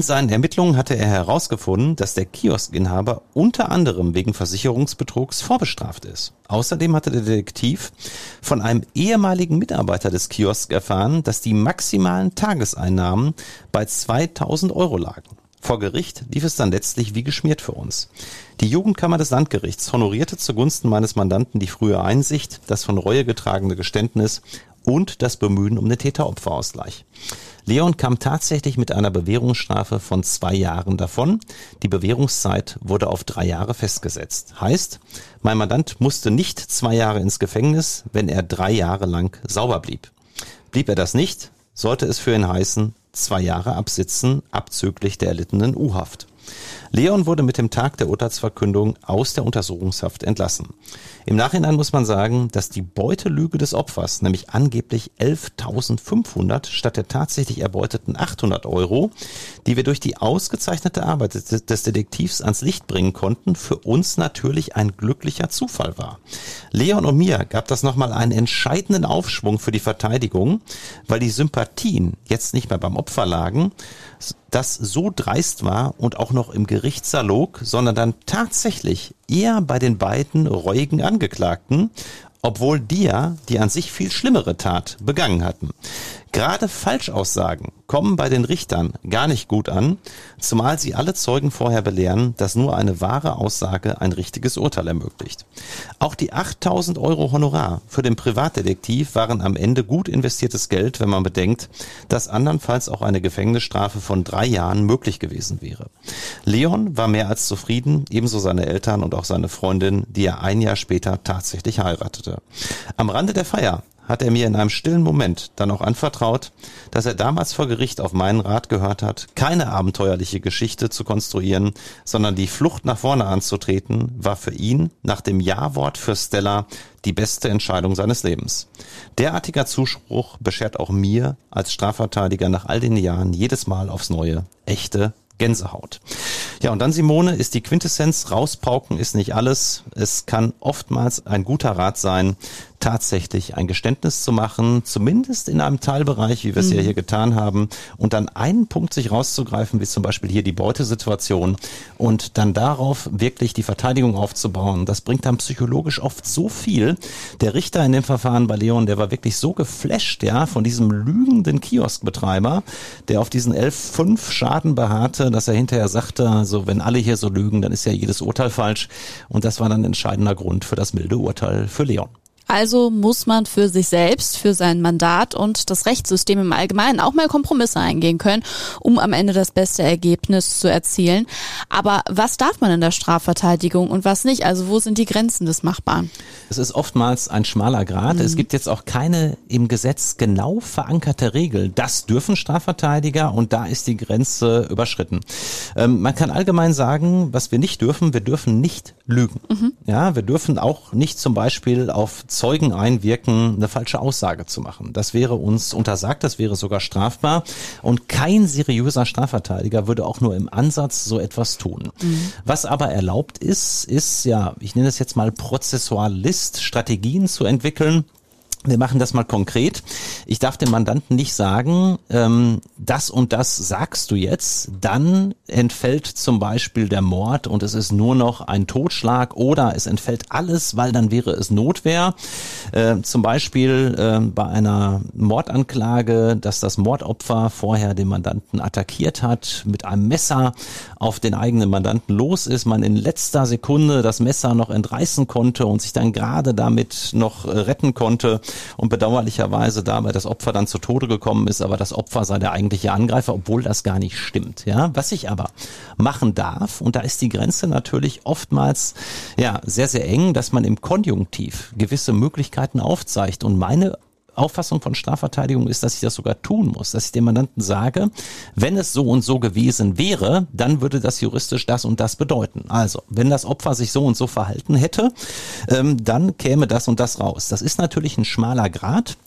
seinen Ermittlungen hatte er herausgefunden, dass der Kioskinhaber unter anderem wegen Versicherungsbetrugs vorbestraft ist. Außerdem hatte der Detektiv von einem ehemaligen Mitarbeiter des Kiosks erfahren, dass die maximalen Tageseinnahmen bei zweitausend Euro lagen. Vor Gericht lief es dann letztlich wie geschmiert für uns. Die Jugendkammer des Landgerichts honorierte zugunsten meines Mandanten die frühe Einsicht, das von Reue getragene Geständnis und das Bemühen um den Täter-Opfer-Ausgleich. Leon kam tatsächlich mit einer Bewährungsstrafe von zwei Jahren davon. Die Bewährungszeit wurde auf drei Jahre festgesetzt. Heißt, mein Mandant musste nicht zwei Jahre ins Gefängnis, wenn er drei Jahre lang sauber blieb. Blieb er das nicht, sollte es für ihn heißen, zwei Jahre absitzen, abzüglich der erlittenen U-Haft. Leon wurde mit dem Tag der Urteilsverkündung aus der Untersuchungshaft entlassen. Im Nachhinein muss man sagen, dass die Beutelüge des Opfers, nämlich angeblich elftausendfünfhundert statt der tatsächlich erbeuteten achthundert Euro, die wir durch die ausgezeichnete Arbeit des Detektivs ans Licht bringen konnten, für uns natürlich ein glücklicher Zufall war. Leon und mir gab das nochmal einen entscheidenden Aufschwung für die Verteidigung, weil die Sympathien jetzt nicht mehr beim Opfer lagen, das so dreist war und auch noch im Gerichtssaal log, sondern dann tatsächlich eher bei den beiden reuigen Angeklagten, obwohl die ja die an sich viel schlimmere Tat begangen hatten. Gerade Falschaussagen kommen bei den Richtern gar nicht gut an, zumal sie alle Zeugen vorher belehren, dass nur eine wahre Aussage ein richtiges Urteil ermöglicht. Auch die achttausend Euro Honorar für den Privatdetektiv waren am Ende gut investiertes Geld, wenn man bedenkt, dass andernfalls auch eine Gefängnisstrafe von drei Jahren möglich gewesen wäre. Leon war mehr als zufrieden, ebenso seine Eltern und auch seine Freundin, die er ein Jahr später tatsächlich heiratete. Am Rande der Feier hat er mir in einem stillen Moment dann auch anvertraut, dass er damals vor Gericht auf meinen Rat gehört hat, keine abenteuerliche Geschichte zu konstruieren, sondern die Flucht nach vorne anzutreten, war für ihn nach dem Ja-Wort für Stella die beste Entscheidung seines Lebens. Derartiger Zuspruch beschert auch mir als Strafverteidiger nach all den Jahren jedes Mal aufs Neue echte Gänsehaut. Ja, und dann, Simone, ist die Quintessenz, rauspauken ist nicht alles. Es kann oftmals ein guter Rat sein, tatsächlich ein Geständnis zu machen, zumindest in einem Teilbereich, wie wir es mhm. ja hier getan haben, und dann einen Punkt sich rauszugreifen, wie zum Beispiel hier die Beutesituation, und dann darauf wirklich die Verteidigung aufzubauen. Das bringt dann psychologisch oft so viel. Der Richter in dem Verfahren bei Leon, der war wirklich so geflasht, ja, von diesem lügenden Kioskbetreiber, der auf diesen elf Komma fünf Schaden beharrte, dass er hinterher sagte, also wenn alle hier so lügen, dann ist ja jedes Urteil falsch. Und das war dann ein entscheidender Grund für das milde Urteil für Leon. Also muss man für sich selbst, für sein Mandat und das Rechtssystem im Allgemeinen auch mal Kompromisse eingehen können, um am Ende das beste Ergebnis zu erzielen. Aber was darf man in der Strafverteidigung und was nicht? Also wo sind die Grenzen des Machbaren? Es ist oftmals ein schmaler Grat. Mhm. Es gibt jetzt auch keine im Gesetz genau verankerte Regel. Das dürfen Strafverteidiger und da ist die Grenze überschritten. Ähm, man kann allgemein sagen, was wir nicht dürfen, wir dürfen nicht lügen. Mhm. Ja, wir dürfen auch nicht zum Beispiel auf Zeugen einwirken, eine falsche Aussage zu machen. Das wäre uns untersagt, das wäre sogar strafbar und kein seriöser Strafverteidiger würde auch nur im Ansatz so etwas tun. Mhm. Was aber erlaubt ist, ist ja, ich nenne es jetzt mal Prozessualist, Strategien zu entwickeln. Wir machen das mal konkret. Ich darf dem Mandanten nicht sagen, ähm, das und das sagst du jetzt, dann entfällt zum Beispiel der Mord und es ist nur noch ein Totschlag oder es entfällt alles, weil dann wäre es Notwehr. Äh, zum Beispiel äh, bei einer Mordanklage, dass das Mordopfer vorher den Mandanten attackiert hat, mit einem Messer auf den eigenen Mandanten los ist, man in letzter Sekunde das Messer noch entreißen konnte und sich dann gerade damit noch äh, retten konnte. Und bedauerlicherweise dabei das Opfer dann zu Tode gekommen ist, aber das Opfer sei der eigentliche Angreifer, obwohl das gar nicht stimmt. Ja, was ich aber machen darf, und da ist die Grenze natürlich oftmals ja sehr, sehr eng, dass man im Konjunktiv gewisse Möglichkeiten aufzeigt. Und meine Auffassung von Strafverteidigung ist, dass ich das sogar tun muss, dass ich dem Mandanten sage, wenn es so und so gewesen wäre, dann würde das juristisch das und das bedeuten. Also, wenn das Opfer sich so und so verhalten hätte, ähm, dann käme das und das raus. Das ist natürlich ein schmaler Grat.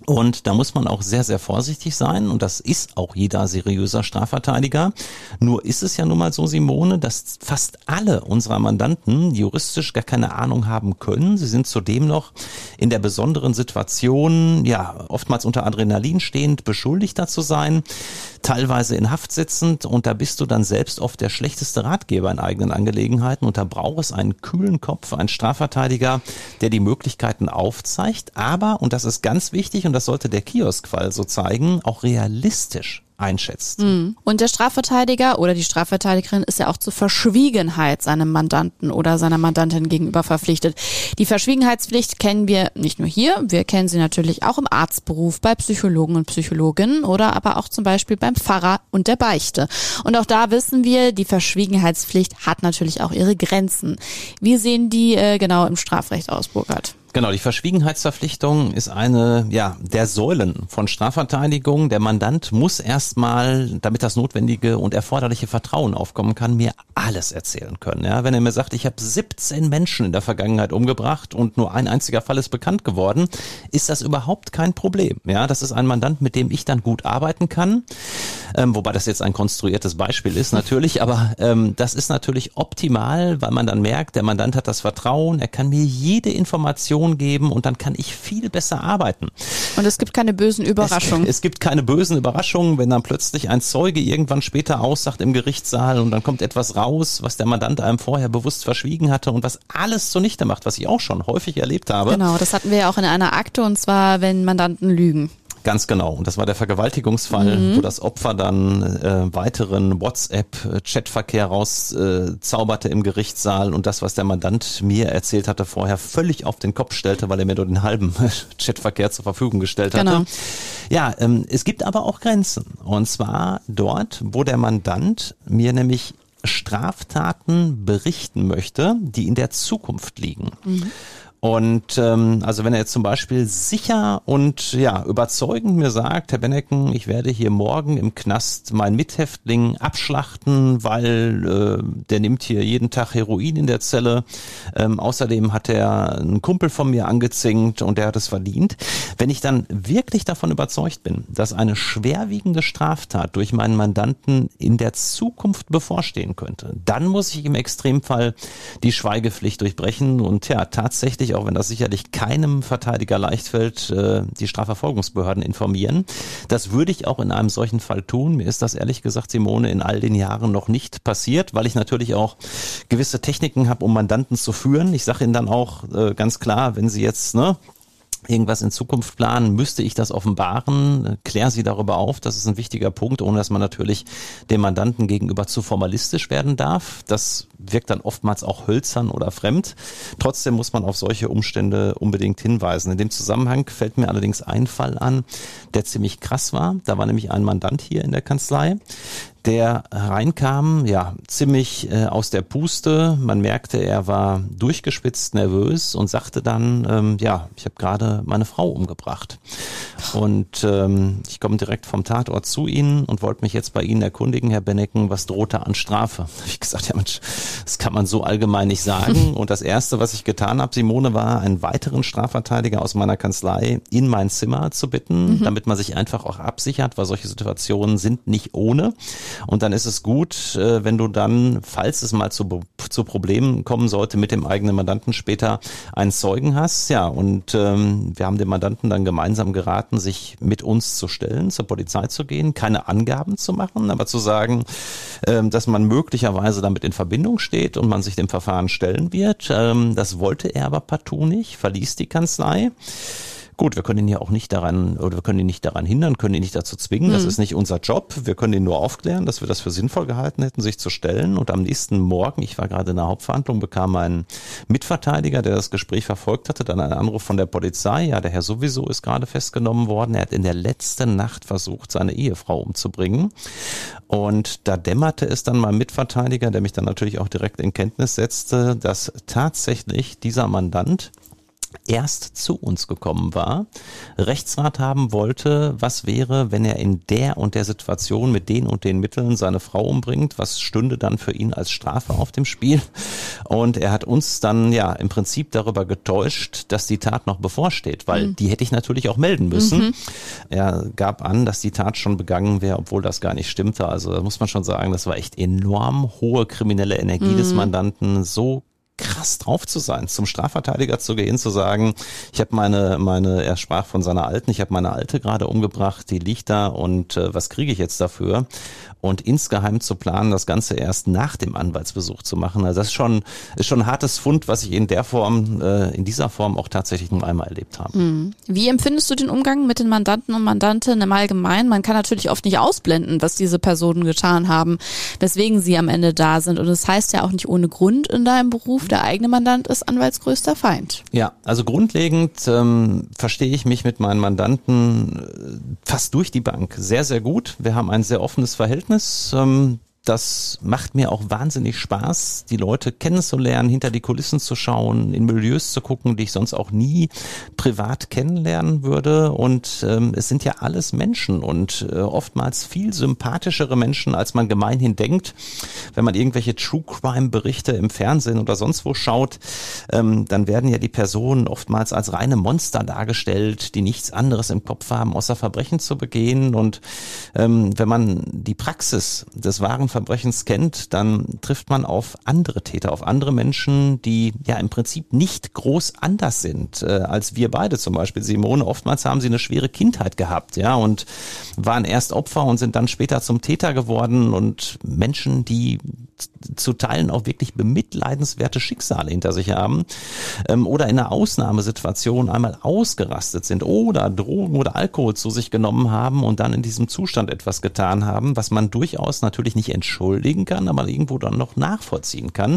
Und da muss man auch sehr, sehr vorsichtig sein und das ist auch jeder seriöser Strafverteidiger. Nur ist es ja nun mal so, Simone, dass fast alle unserer Mandanten juristisch gar keine Ahnung haben können. Sie sind zudem noch in der besonderen Situation, ja, oftmals unter Adrenalin stehend, Beschuldigter zu sein, teilweise in Haft sitzend und da bist du dann selbst oft der schlechteste Ratgeber in eigenen Angelegenheiten und da braucht es einen kühlen Kopf, einen Strafverteidiger, der die Möglichkeiten aufzeigt, aber, und das ist ganz wichtig und das sollte der Kioskfall so zeigen, auch realistisch einschätzt. Und der Strafverteidiger oder die Strafverteidigerin ist ja auch zur Verschwiegenheit seinem Mandanten oder seiner Mandantin gegenüber verpflichtet. Die Verschwiegenheitspflicht kennen wir nicht nur hier, wir kennen sie natürlich auch im Arztberuf, bei Psychologen und Psychologinnen oder aber auch zum Beispiel beim Pfarrer und der Beichte. Und auch da wissen wir, die Verschwiegenheitspflicht hat natürlich auch ihre Grenzen. Wie sehen die äh, genau im Strafrecht aus, Burkhard? Genau, die Verschwiegenheitsverpflichtung ist eine, ja, der Säulen von Strafverteidigung. Der Mandant muss erstmal, damit das notwendige und erforderliche Vertrauen aufkommen kann, mir alles erzählen können. Ja, wenn er mir sagt, ich habe siebzehn Menschen in der Vergangenheit umgebracht und nur ein einziger Fall ist bekannt geworden, ist das überhaupt kein Problem. Ja, das ist ein Mandant, mit dem ich dann gut arbeiten kann. Ähm, wobei das jetzt ein konstruiertes Beispiel ist natürlich, aber ähm, das ist natürlich optimal, weil man dann merkt, der Mandant hat das Vertrauen, er kann mir jede Information geben und dann kann ich viel besser arbeiten. Und es gibt keine bösen Überraschungen. Es, es gibt keine bösen Überraschungen, wenn dann plötzlich ein Zeuge irgendwann später aussagt im Gerichtssaal und dann kommt etwas raus, was der Mandant einem vorher bewusst verschwiegen hatte und was alles zunichte macht, was ich auch schon häufig erlebt habe. Genau, das hatten wir ja auch in einer Akte und zwar, wenn Mandanten lügen. Ganz genau. Und das war der Vergewaltigungsfall, mhm. wo das Opfer dann äh, weiteren WhatsApp-Chatverkehr rauszauberte äh, im Gerichtssaal und das, was der Mandant mir erzählt hatte, vorher völlig auf den Kopf stellte, weil er mir nur den halben Chatverkehr zur Verfügung gestellt hatte. Genau. Ja, ähm, es gibt aber auch Grenzen. Und zwar dort, wo der Mandant mir nämlich Straftaten berichten möchte, die in der Zukunft liegen. Mhm. Und ähm, also wenn er jetzt zum Beispiel sicher und ja überzeugend mir sagt, Herr Bennecken, ich werde hier morgen im Knast meinen Mithäftling abschlachten, weil äh, der nimmt hier jeden Tag Heroin in der Zelle. Ähm, außerdem hat er einen Kumpel von mir angezinkt und der hat es verdient. Wenn ich dann wirklich davon überzeugt bin, dass eine schwerwiegende Straftat durch meinen Mandanten in der Zukunft bevorstehen könnte, dann muss ich im Extremfall die Schweigepflicht durchbrechen und ja, tatsächlich, auch wenn das sicherlich keinem Verteidiger leicht fällt, die Strafverfolgungsbehörden informieren. Das würde ich auch in einem solchen Fall tun. Mir ist das ehrlich gesagt, Simone, in all den Jahren noch nicht passiert, weil ich natürlich auch gewisse Techniken habe, um Mandanten zu führen. Ich sage Ihnen dann auch ganz klar, wenn Sie jetzt, ne, irgendwas in Zukunft planen, müsste ich das offenbaren, klär sie darüber auf, das ist ein wichtiger Punkt, ohne dass man natürlich dem Mandanten gegenüber zu formalistisch werden darf. Das wirkt dann oftmals auch hölzern oder fremd. Trotzdem muss man auf solche Umstände unbedingt hinweisen. In dem Zusammenhang fällt mir allerdings ein Fall an, der ziemlich krass war. Da war nämlich ein Mandant hier in der Kanzlei, der reinkam, ja, ziemlich äh, aus der Puste. Man merkte, er war durchgespitzt nervös und sagte dann, ähm, ja, ich habe gerade meine Frau umgebracht. Und ähm, ich komme direkt vom Tatort zu Ihnen und wollte mich jetzt bei Ihnen erkundigen, Herr Bennecken, was droht da an Strafe? Da habe ich gesagt, ja Mensch, das kann man so allgemein nicht sagen. Und das Erste, was ich getan habe, Simone, war, einen weiteren Strafverteidiger aus meiner Kanzlei in mein Zimmer zu bitten, mhm. damit man sich einfach auch absichert, weil solche Situationen sind nicht ohne. Und dann ist es gut, wenn du dann, falls es mal zu, zu Problemen kommen sollte, mit dem eigenen Mandanten später einen Zeugen hast. Ja, und ähm, wir haben dem Mandanten dann gemeinsam geraten, sich mit uns zu stellen, zur Polizei zu gehen, keine Angaben zu machen, aber zu sagen, ähm, dass man möglicherweise damit in Verbindung steht und man sich dem Verfahren stellen wird. Ähm, das wollte er aber partout nicht, verließ die Kanzlei. Gut, wir können ihn ja auch nicht daran, oder wir können ihn nicht daran hindern, können ihn nicht dazu zwingen, das mhm. ist nicht unser Job. Wir können ihn nur aufklären, dass wir das für sinnvoll gehalten hätten, sich zu stellen. Und am nächsten Morgen, ich war gerade in der Hauptverhandlung, bekam ein Mitverteidiger, der das Gespräch verfolgt hatte, dann einen Anruf von der Polizei. Ja, der Herr sowieso ist gerade festgenommen worden. Er hat in der letzten Nacht versucht, seine Ehefrau umzubringen. Und da dämmerte es dann meinem Mitverteidiger, der mich dann natürlich auch direkt in Kenntnis setzte, dass tatsächlich dieser Mandant erst zu uns gekommen war, Rechtsrat haben wollte, was wäre, wenn er in der und der Situation mit den und den Mitteln seine Frau umbringt, was stünde dann für ihn als Strafe auf dem Spiel. Und er hat uns dann ja im Prinzip darüber getäuscht, dass die Tat noch bevorsteht, weil mhm. die hätte ich natürlich auch melden müssen. Mhm. Er gab an, dass die Tat schon begangen wäre, obwohl das gar nicht stimmte. Also da muss man schon sagen, das war echt enorm hohe kriminelle Energie mhm. des Mandanten, so krass drauf zu sein, zum Strafverteidiger zu gehen, zu sagen, ich habe meine, meine, er sprach von seiner Alten, ich habe meine Alte gerade umgebracht, die liegt da und äh, was kriege ich jetzt dafür? Und insgeheim zu planen, das Ganze erst nach dem Anwaltsbesuch zu machen. Also das ist schon, ist schon ein hartes Fund, was ich in der Form, äh, in dieser Form auch tatsächlich nur einmal erlebt habe. Mhm. Wie empfindest du den Umgang mit den Mandanten und Mandantinnen im Allgemeinen? Man kann natürlich oft nicht ausblenden, was diese Personen getan haben, weswegen sie am Ende da sind. Und das heißt ja auch nicht ohne Grund in deinem Beruf, der eigene Mandant ist Anwaltsgrößter Feind. Ja, also grundlegend ähm, verstehe ich mich mit meinen Mandanten äh, fast durch die Bank sehr, sehr gut. Wir haben ein sehr offenes Verhältnis. Ähm, Das macht mir auch wahnsinnig Spaß, die Leute kennenzulernen, hinter die Kulissen zu schauen, in Milieus zu gucken, die ich sonst auch nie privat kennenlernen würde. Und ähm, es sind ja alles Menschen und äh, oftmals viel sympathischere Menschen, als man gemeinhin denkt. Wenn man irgendwelche True-Crime-Berichte im Fernsehen oder sonst wo schaut, ähm, dann werden ja die Personen oftmals als reine Monster dargestellt, die nichts anderes im Kopf haben, außer Verbrechen zu begehen. Und ähm, wenn man die Praxis des wahren Verbrechens kennt, dann trifft man auf andere Täter, auf andere Menschen, die ja im Prinzip nicht groß anders sind äh, als wir beide zum Beispiel. Simone, oftmals haben sie eine schwere Kindheit gehabt, ja, und waren erst Opfer und sind dann später zum Täter geworden, und Menschen, die zu Teilen auch wirklich bemitleidenswerte Schicksale hinter sich haben ähm, oder in einer Ausnahmesituation einmal ausgerastet sind oder Drogen oder Alkohol zu sich genommen haben und dann in diesem Zustand etwas getan haben, was man durchaus natürlich nicht entschuldigen kann, aber irgendwo dann noch nachvollziehen kann.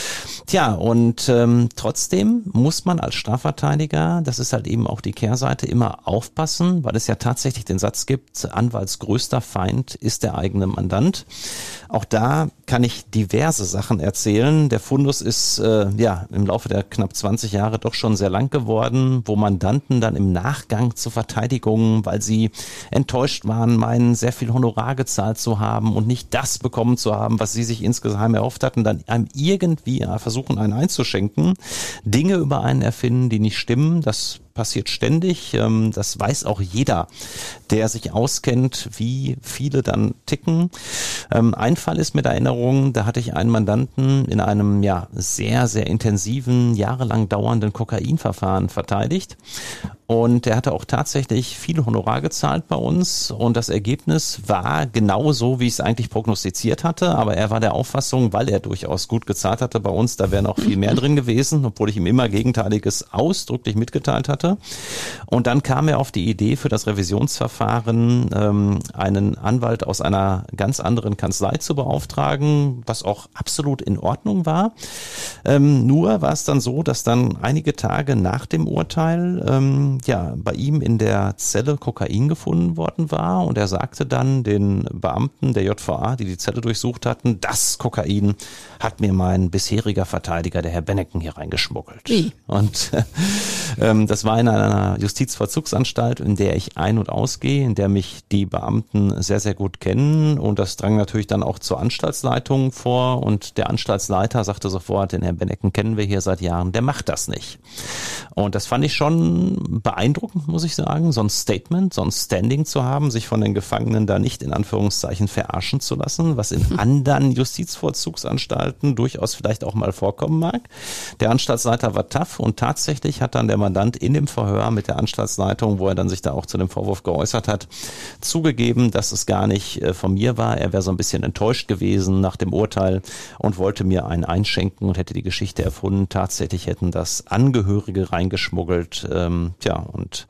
Tja, und ähm, trotzdem muss man als Strafverteidiger, das ist halt eben auch die Kehrseite, immer aufpassen, weil es ja tatsächlich den Satz gibt, Anwalts größter Feind ist der eigene Mandant. Auch da kann ich diverse Sachen erzählen. Der Fundus ist äh, ja im Laufe der knapp zwanzig Jahre doch schon sehr lang geworden, wo Mandanten dann im Nachgang zur Verteidigung, weil sie enttäuscht waren, meinen, sehr viel Honorar gezahlt zu haben und nicht das bekommen zu haben, was sie sich insgeheim erhofft hatten, dann einem irgendwie versuchen, einen einzuschenken, Dinge über einen erfinden, die nicht stimmen. Das passiert ständig. Das weiß auch jeder, der sich auskennt, wie viele dann ticken. Ein Fall ist mit Erinnerung, da hatte ich einen Mandanten in einem ja sehr, sehr intensiven, jahrelang dauernden Kokainverfahren verteidigt. Und er hatte auch tatsächlich viel Honorar gezahlt bei uns, und das Ergebnis war genau so, wie ich es eigentlich prognostiziert hatte, aber er war der Auffassung, weil er durchaus gut gezahlt hatte bei uns, da wäre noch viel mehr drin gewesen, obwohl ich ihm immer Gegenteiliges ausdrücklich mitgeteilt hatte. Und dann kam er auf die Idee, für das Revisionsverfahren ähm, einen Anwalt aus einer ganz anderen Kanzlei zu beauftragen, was auch absolut in Ordnung war. Ähm, nur war es dann so, dass dann einige Tage nach dem Urteil ähm, ja bei ihm in der Zelle Kokain gefunden worden war, und er sagte dann den Beamten der J V A, die die Zelle durchsucht hatten, das Kokain hat mir mein bisheriger Verteidiger, der Herr Benneken, hier reingeschmuggelt. Wie? Und ähm, das war in einer Justizvollzugsanstalt, in der ich ein- und ausgehe, in der mich die Beamten sehr, sehr gut kennen, und das drang natürlich dann auch zur Anstaltsleitung vor, und der Anstaltsleiter sagte sofort, den Herrn Benneken kennen wir hier seit Jahren, der macht das nicht. Und das fand ich schon beeindruckend, muss ich sagen, so ein Statement, so ein Standing zu haben, sich von den Gefangenen da nicht in Anführungszeichen verarschen zu lassen, was in anderen Justizvollzugsanstalten durchaus vielleicht auch mal vorkommen mag. Der Anstaltsleiter war tough, und tatsächlich hat dann der Mandant in dem Verhör mit der Anstaltsleitung, wo er dann sich da auch zu dem Vorwurf geäußert hat, zugegeben, dass es gar nicht äh, von mir war. Er wäre so ein bisschen enttäuscht gewesen nach dem Urteil und wollte mir einen einschenken und hätte die Geschichte erfunden. Tatsächlich hätten das Angehörige reingeschmuggelt. Ähm, tja, und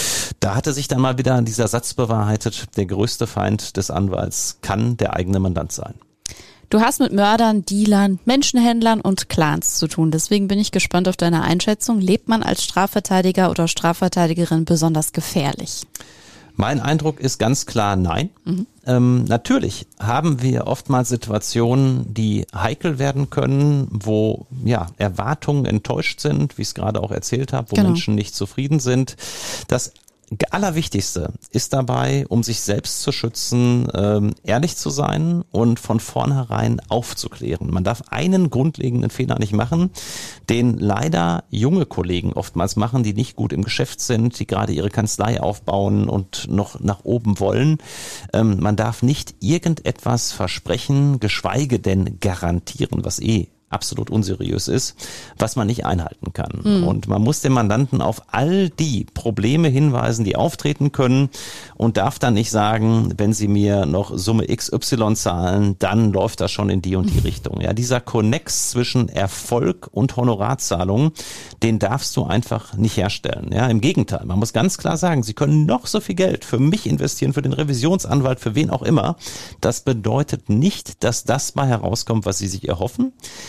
da hatte sich dann mal wieder dieser Satz bewahrheitet, der größte Feind des Anwalts kann der eigene Mandant sein. Du hast mit Mördern, Dealern, Menschenhändlern und Clans zu tun. Deswegen bin ich gespannt auf deine Einschätzung. Lebt man als Strafverteidiger oder Strafverteidigerin besonders gefährlich? Mein Eindruck ist ganz klar nein. Mhm. ähm, natürlich haben wir oftmals Situationen, die heikel werden können, wo ja Erwartungen enttäuscht sind, wie ich es gerade auch erzählt habe, wo genau. Menschen nicht zufrieden sind. Das Allerwichtigste ist dabei, um sich selbst zu schützen, ähm, ehrlich zu sein und von vornherein aufzuklären. Man darf einen grundlegenden Fehler nicht machen, den leider junge Kollegen oftmals machen, die nicht gut im Geschäft sind, die gerade ihre Kanzlei aufbauen und noch nach oben wollen. Ähm, man darf nicht irgendetwas versprechen, geschweige denn garantieren, was eh absolut unseriös ist, was man nicht einhalten kann. Mhm. Und man muss dem Mandanten auf all die Probleme hinweisen, die auftreten können und darf dann nicht sagen, wenn Sie mir noch Summe X Y zahlen, dann läuft das schon in die und die mhm. Richtung. Ja, dieser Konnex zwischen Erfolg und Honorarzahlung, den darfst du einfach nicht herstellen. Ja, im Gegenteil, man muss ganz klar sagen, Sie können noch so viel Geld für mich investieren, für den Revisionsanwalt, für wen auch immer. Das bedeutet nicht, dass das mal herauskommt, was Sie sich erhoffen.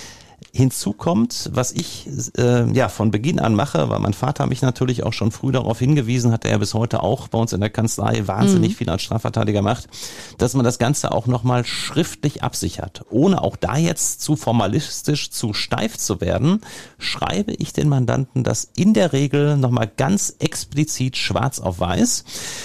Hinzu kommt, was ich äh, ja von Beginn an mache, weil mein Vater mich natürlich auch schon früh darauf hingewiesen hat, der ja bis heute auch bei uns in der Kanzlei wahnsinnig mhm. viel als Strafverteidiger macht, dass man das Ganze auch nochmal schriftlich absichert. Ohne auch da jetzt zu formalistisch, zu steif zu werden, schreibe ich den Mandanten das in der Regel nochmal ganz explizit schwarz auf weiß.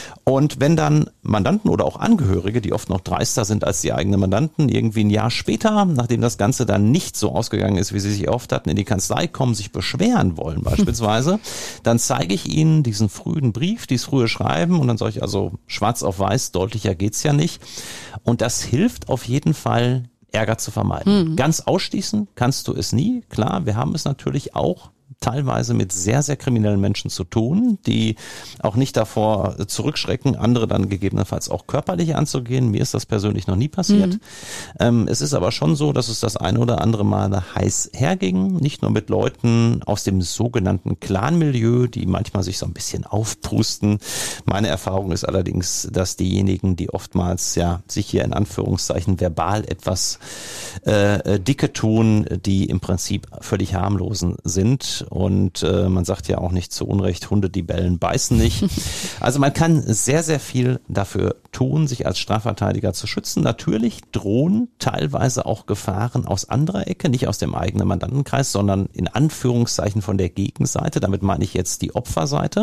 Und wenn dann Mandanten oder auch Angehörige, die oft noch dreister sind als die eigenen Mandanten, irgendwie ein Jahr später, nachdem das Ganze dann nicht so ausgegangen ist, wie sie sich erhofft hatten, in die Kanzlei kommen, sich beschweren wollen beispielsweise, dann zeige ich ihnen diesen frühen Brief, dieses frühe Schreiben und dann sage ich also schwarz auf weiß, deutlicher geht's ja nicht. Und das hilft auf jeden Fall, Ärger zu vermeiden. Mhm. Ganz ausschließen kannst du es nie. Klar, wir haben es natürlich auch teilweise mit sehr, sehr kriminellen Menschen zu tun, die auch nicht davor zurückschrecken, andere dann gegebenenfalls auch körperlich anzugehen. Mir ist das persönlich noch nie passiert. Mhm. Ähm, es ist aber schon so, dass es das ein oder andere Mal heiß herging, nicht nur mit Leuten aus dem sogenannten Clan-Milieu, die manchmal sich so ein bisschen aufpusten. Meine Erfahrung ist allerdings, dass diejenigen, die oftmals ja sich hier in Anführungszeichen verbal etwas äh, dicke tun, die im Prinzip völlig harmlosen sind. Und äh, man sagt ja auch nicht zu Unrecht, Hunde, die bellen, beißen nicht. Also man kann sehr, sehr viel dafür tun, sich als Strafverteidiger zu schützen. Natürlich drohen teilweise auch Gefahren aus anderer Ecke, nicht aus dem eigenen Mandantenkreis, sondern in Anführungszeichen von der Gegenseite. Damit meine ich jetzt die Opferseite.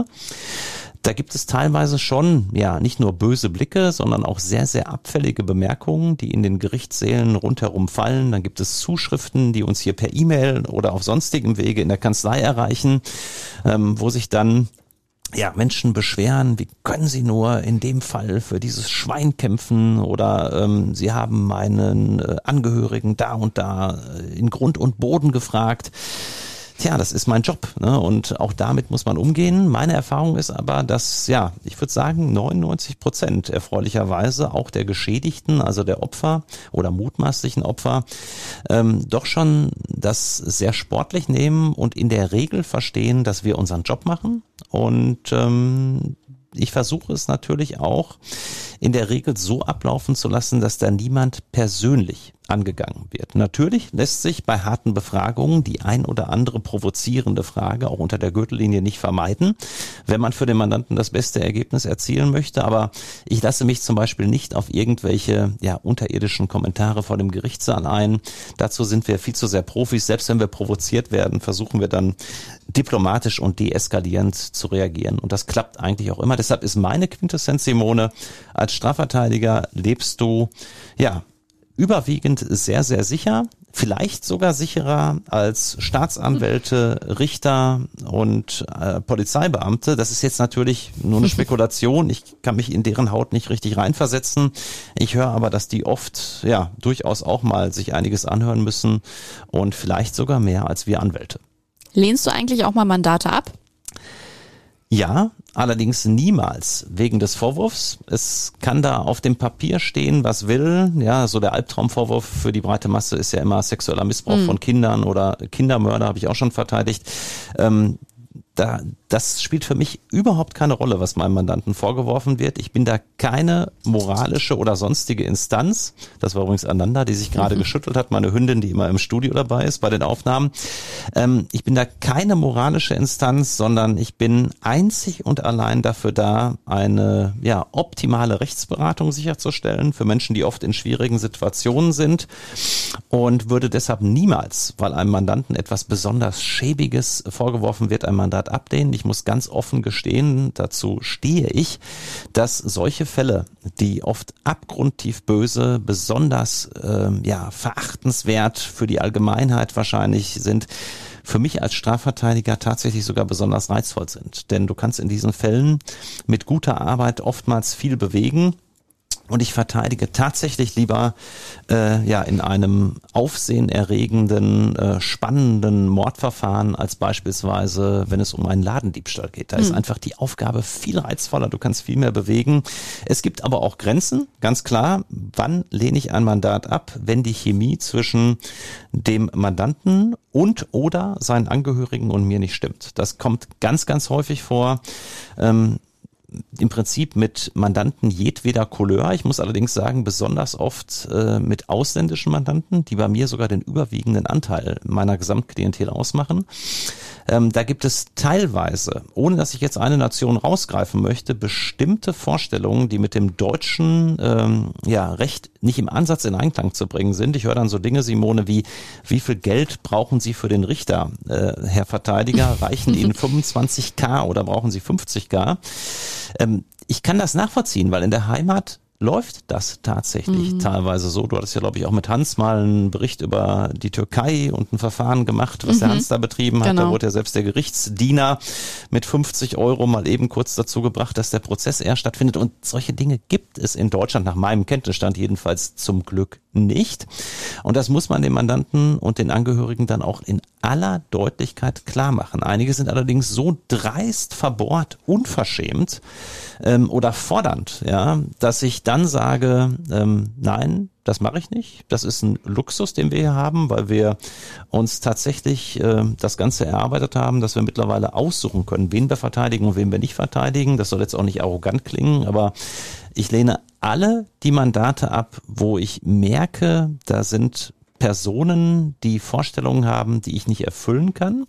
Da gibt es teilweise schon, ja, nicht nur böse Blicke, sondern auch sehr, sehr abfällige Bemerkungen, die in den Gerichtssälen rundherum fallen. Dann gibt es Zuschriften, die uns hier per E-Mail oder auf sonstigem Wege in der Kanzlei erreichen, ähm, wo sich dann ja, Menschen beschweren, wie können sie nur in dem Fall für dieses Schwein kämpfen oder ähm, sie haben meinen äh, Angehörigen da und da äh, in Grund und Boden gefragt. Tja, das ist mein Job, ne? Und auch damit muss man umgehen. Meine Erfahrung ist aber, dass, ja, ich würde sagen, neunundneunzig Prozent erfreulicherweise auch der Geschädigten, also der Opfer oder mutmaßlichen Opfer, ähm, doch schon das sehr sportlich nehmen und in der Regel verstehen, dass wir unseren Job machen. Und ähm, ich versuche es natürlich auch in der Regel so ablaufen zu lassen, dass da niemand persönlich angegangen wird. Natürlich lässt sich bei harten Befragungen die ein oder andere provozierende Frage auch unter der Gürtellinie nicht vermeiden, wenn man für den Mandanten das beste Ergebnis erzielen möchte. Aber ich lasse mich zum Beispiel nicht auf irgendwelche ja unterirdischen Kommentare vor dem Gerichtssaal ein. Dazu sind wir viel zu sehr Profis. Selbst wenn wir provoziert werden, versuchen wir dann diplomatisch und deeskalierend zu reagieren. Und das klappt eigentlich auch immer. Deshalb ist meine Quintessenz, Simone, als Strafverteidiger lebst du, ja, überwiegend sehr, sehr sicher, vielleicht sogar sicherer als Staatsanwälte, Richter und äh, Polizeibeamte. Das ist jetzt natürlich nur eine Spekulation. Ich kann mich in deren Haut nicht richtig reinversetzen. Ich höre aber, dass die oft ja durchaus auch mal sich einiges anhören müssen und vielleicht sogar mehr als wir Anwälte. Lehnst du eigentlich auch mal Mandate ab? Ja, allerdings niemals wegen des Vorwurfs. Es kann da auf dem Papier stehen, was will. Ja, so der Albtraumvorwurf für die breite Masse ist ja immer sexueller Missbrauch mhm. von Kindern oder Kindermörder, habe ich auch schon verteidigt. Ähm, da, das spielt für mich überhaupt keine Rolle, was meinem Mandanten vorgeworfen wird. Ich bin da keine moralische oder sonstige Instanz. Das war übrigens Ananda, die sich gerade mhm. geschüttelt hat, meine Hündin, die immer im Studio dabei ist bei den Aufnahmen. Ähm, ich bin da keine moralische Instanz, sondern ich bin einzig und allein dafür da, eine ja optimale Rechtsberatung sicherzustellen für Menschen, die oft in schwierigen Situationen sind, und würde deshalb niemals, weil einem Mandanten etwas besonders Schäbiges vorgeworfen wird, ein Mandat ablehnen. Ich muss ganz offen gestehen, dazu stehe ich, dass solche Fälle, die oft abgrundtief böse, besonders äh, ja verachtenswert für die Allgemeinheit wahrscheinlich sind, für mich als Strafverteidiger tatsächlich sogar besonders reizvoll sind. Denn du kannst in diesen Fällen mit guter Arbeit oftmals viel bewegen. Und ich verteidige tatsächlich lieber äh, ja in einem aufsehenerregenden, äh, spannenden Mordverfahren als beispielsweise, wenn es um einen Ladendiebstahl geht. Da mhm. ist einfach die Aufgabe viel reizvoller, du kannst viel mehr bewegen. Es gibt aber auch Grenzen, ganz klar. Wann lehne ich ein Mandat ab, wenn die Chemie zwischen dem Mandanten und oder seinen Angehörigen und mir nicht stimmt? Das kommt ganz, ganz häufig vor. Ähm, im Prinzip mit Mandanten jedweder Couleur. Ich muss allerdings sagen, besonders oft äh, mit ausländischen Mandanten, die bei mir sogar den überwiegenden Anteil meiner Gesamtklientel ausmachen. Ähm, da gibt es teilweise, ohne dass ich jetzt eine Nation rausgreifen möchte, bestimmte Vorstellungen, die mit dem deutschen ähm, ja, Recht nicht im Ansatz in Einklang zu bringen sind. Ich höre dann so Dinge, Simone, wie wie viel Geld brauchen Sie für den Richter, äh, Herr Verteidiger? Reichen Ihnen fünfundzwanzigtausend oder brauchen Sie fünfzigtausend? Ähm, ich kann das nachvollziehen, weil in der Heimat läuft das tatsächlich mhm. teilweise so. Du hattest ja, glaube ich, auch mit Hans mal einen Bericht über die Türkei und ein Verfahren gemacht, was mhm. der Hans da betrieben hat. Genau. Da wurde ja selbst der Gerichtsdiener mit fünfzig Euro mal eben kurz dazu gebracht, dass der Prozess eher stattfindet. Und solche Dinge gibt es in Deutschland, nach meinem Kenntnisstand jedenfalls, zum Glück nicht. Und das muss man dem Mandanten und den Angehörigen dann auch in aller Deutlichkeit klar machen. Einige sind allerdings so dreist, verbohrt, unverschämt ähm, oder fordernd, ja, dass ich dann sage, ähm, nein, das mache ich nicht. Das ist ein Luxus, den wir hier haben, weil wir uns tatsächlich äh, das Ganze erarbeitet haben, dass wir mittlerweile aussuchen können, wen wir verteidigen und wen wir nicht verteidigen. Das soll jetzt auch nicht arrogant klingen, aber ich lehne alle die Mandate ab, wo ich merke, da sind Personen, die Vorstellungen haben, die ich nicht erfüllen kann.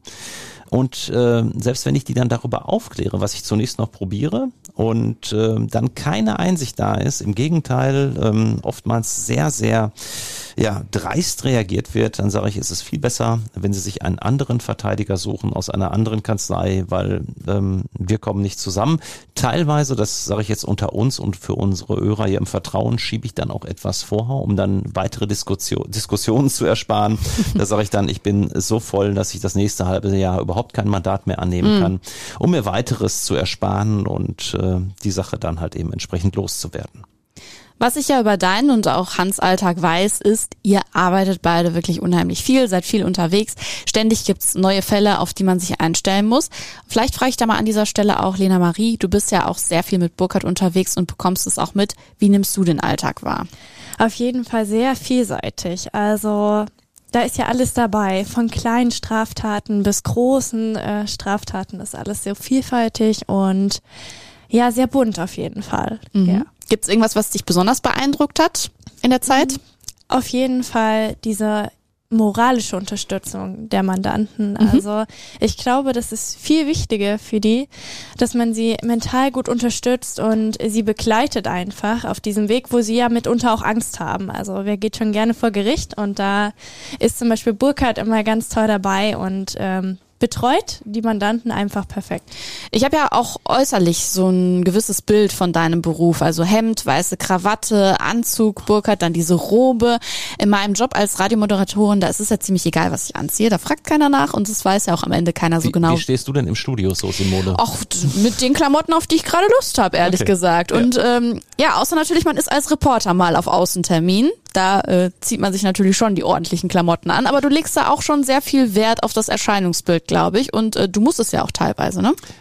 Und äh, selbst wenn ich die dann darüber aufkläre, was ich zunächst noch probiere und äh, dann keine Einsicht da ist, im Gegenteil ähm, oftmals sehr, sehr ja dreist reagiert wird, dann sage ich, ist es viel besser, wenn Sie sich einen anderen Verteidiger suchen aus einer anderen Kanzlei, weil ähm, wir kommen nicht zusammen. Teilweise, das sage ich jetzt unter uns und für unsere Hörer hier im Vertrauen, schiebe ich dann auch etwas vor, um dann weitere Diskussion, Diskussionen zu ersparen. Da sage ich dann, ich bin so voll, dass ich das nächste halbe Jahr überhaupt kein Mandat mehr annehmen mhm. kann, um mir weiteres zu ersparen und äh, die Sache dann halt eben entsprechend loszuwerden. Was ich ja über deinen und auch Hans Alltag weiß, ist, ihr arbeitet beide wirklich unheimlich viel, seid viel unterwegs. Ständig gibt's neue Fälle, auf die man sich einstellen muss. Vielleicht frage ich da mal an dieser Stelle auch Lena Marie, du bist ja auch sehr viel mit Burkhard unterwegs und bekommst es auch mit. Wie nimmst du den Alltag wahr? Auf jeden Fall sehr vielseitig. Also da ist ja alles dabei, von kleinen Straftaten bis großen äh, Straftaten ist alles sehr vielfältig und ja, sehr bunt auf jeden Fall. Mhm. Ja. Gibt es irgendwas, was dich besonders beeindruckt hat in der Zeit? Auf jeden Fall diese moralische Unterstützung der Mandanten. Mhm. Also ich glaube, das ist viel wichtiger für die, dass man sie mental gut unterstützt und sie begleitet einfach auf diesem Weg, wo sie ja mitunter auch Angst haben. Also wer geht schon gerne vor Gericht und da ist zum Beispiel Burkhard immer ganz toll dabei und ähm, betreut die Mandanten einfach perfekt. Ich habe ja auch äußerlich so ein gewisses Bild von deinem Beruf, also Hemd, weiße Krawatte, Anzug, Burkhard, dann diese Robe. In meinem Job als Radiomoderatorin, da ist es ja ziemlich egal, was ich anziehe, da fragt keiner nach und das weiß ja auch am Ende keiner so wie, genau. Wie stehst du denn im Studio so, Simone? Ach, mit den Klamotten, auf die ich gerade Lust habe, ehrlich okay. gesagt. Und ja. Ähm, ja, außer natürlich, man ist als Reporter mal auf Außentermin. Da äh, zieht man sich natürlich schon die ordentlichen Klamotten an, aber du legst da auch schon sehr viel Wert auf das Erscheinungsbild, glaube ich, und äh, du musst es ja auch teilweise, ne?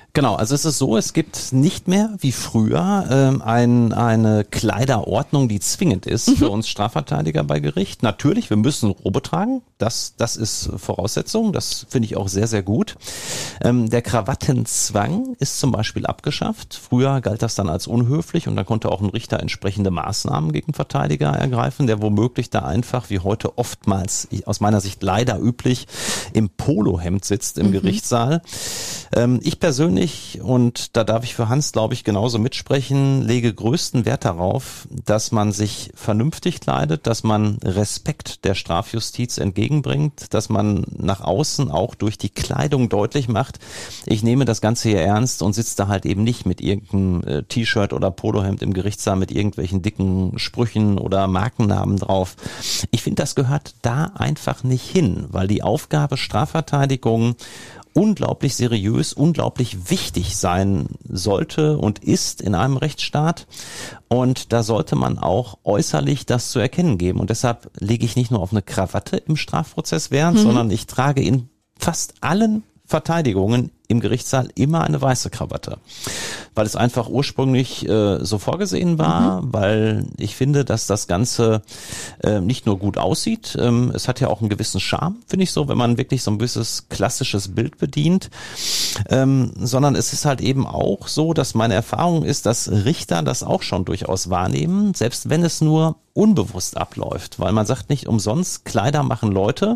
Genau, also es ist so, es gibt nicht mehr wie früher ähm, ein, eine Kleiderordnung, die zwingend ist mhm. für uns Strafverteidiger bei Gericht. Natürlich, wir müssen Robe tragen, das, das ist Voraussetzung, das finde ich auch sehr, sehr gut. Ähm, der Krawattenzwang ist zum Beispiel abgeschafft. Früher galt das dann als unhöflich und dann konnte auch ein Richter entsprechende Maßnahmen gegen Verteidiger ergreifen, der womöglich da einfach, wie heute oftmals, aus meiner Sicht leider üblich, im Polohemd sitzt im mhm. Gerichtssaal. Ähm, ich persönlich und da darf ich für Hans, glaube ich, genauso mitsprechen, lege größten Wert darauf, dass man sich vernünftig kleidet, dass man Respekt der Strafjustiz entgegenbringt, dass man nach außen auch durch die Kleidung deutlich macht, ich nehme das Ganze hier ernst und sitze da halt eben nicht mit irgendeinem äh, T-Shirt oder Polohemd im Gerichtssaal mit irgendwelchen dicken Sprüchen oder Markennamen drauf. Ich finde, das gehört da einfach nicht hin, weil die Aufgabe Strafverteidigung unglaublich seriös, unglaublich wichtig sein sollte und ist in einem Rechtsstaat. Und da sollte man auch äußerlich das zu erkennen geben. Und deshalb lege ich nicht nur auf eine Krawatte im Strafprozess Wert, mhm. sondern ich trage in fast allen Verteidigungen im Gerichtssaal immer eine weiße Krawatte, weil es einfach ursprünglich äh, so vorgesehen war, mhm. weil ich finde, dass das Ganze äh, nicht nur gut aussieht, ähm, es hat ja auch einen gewissen Charme, finde ich so, wenn man wirklich so ein gewisses klassisches Bild bedient, ähm, sondern es ist halt eben auch so, dass meine Erfahrung ist, dass Richter das auch schon durchaus wahrnehmen, selbst wenn es nur unbewusst abläuft, weil man sagt nicht umsonst, Kleider machen Leute.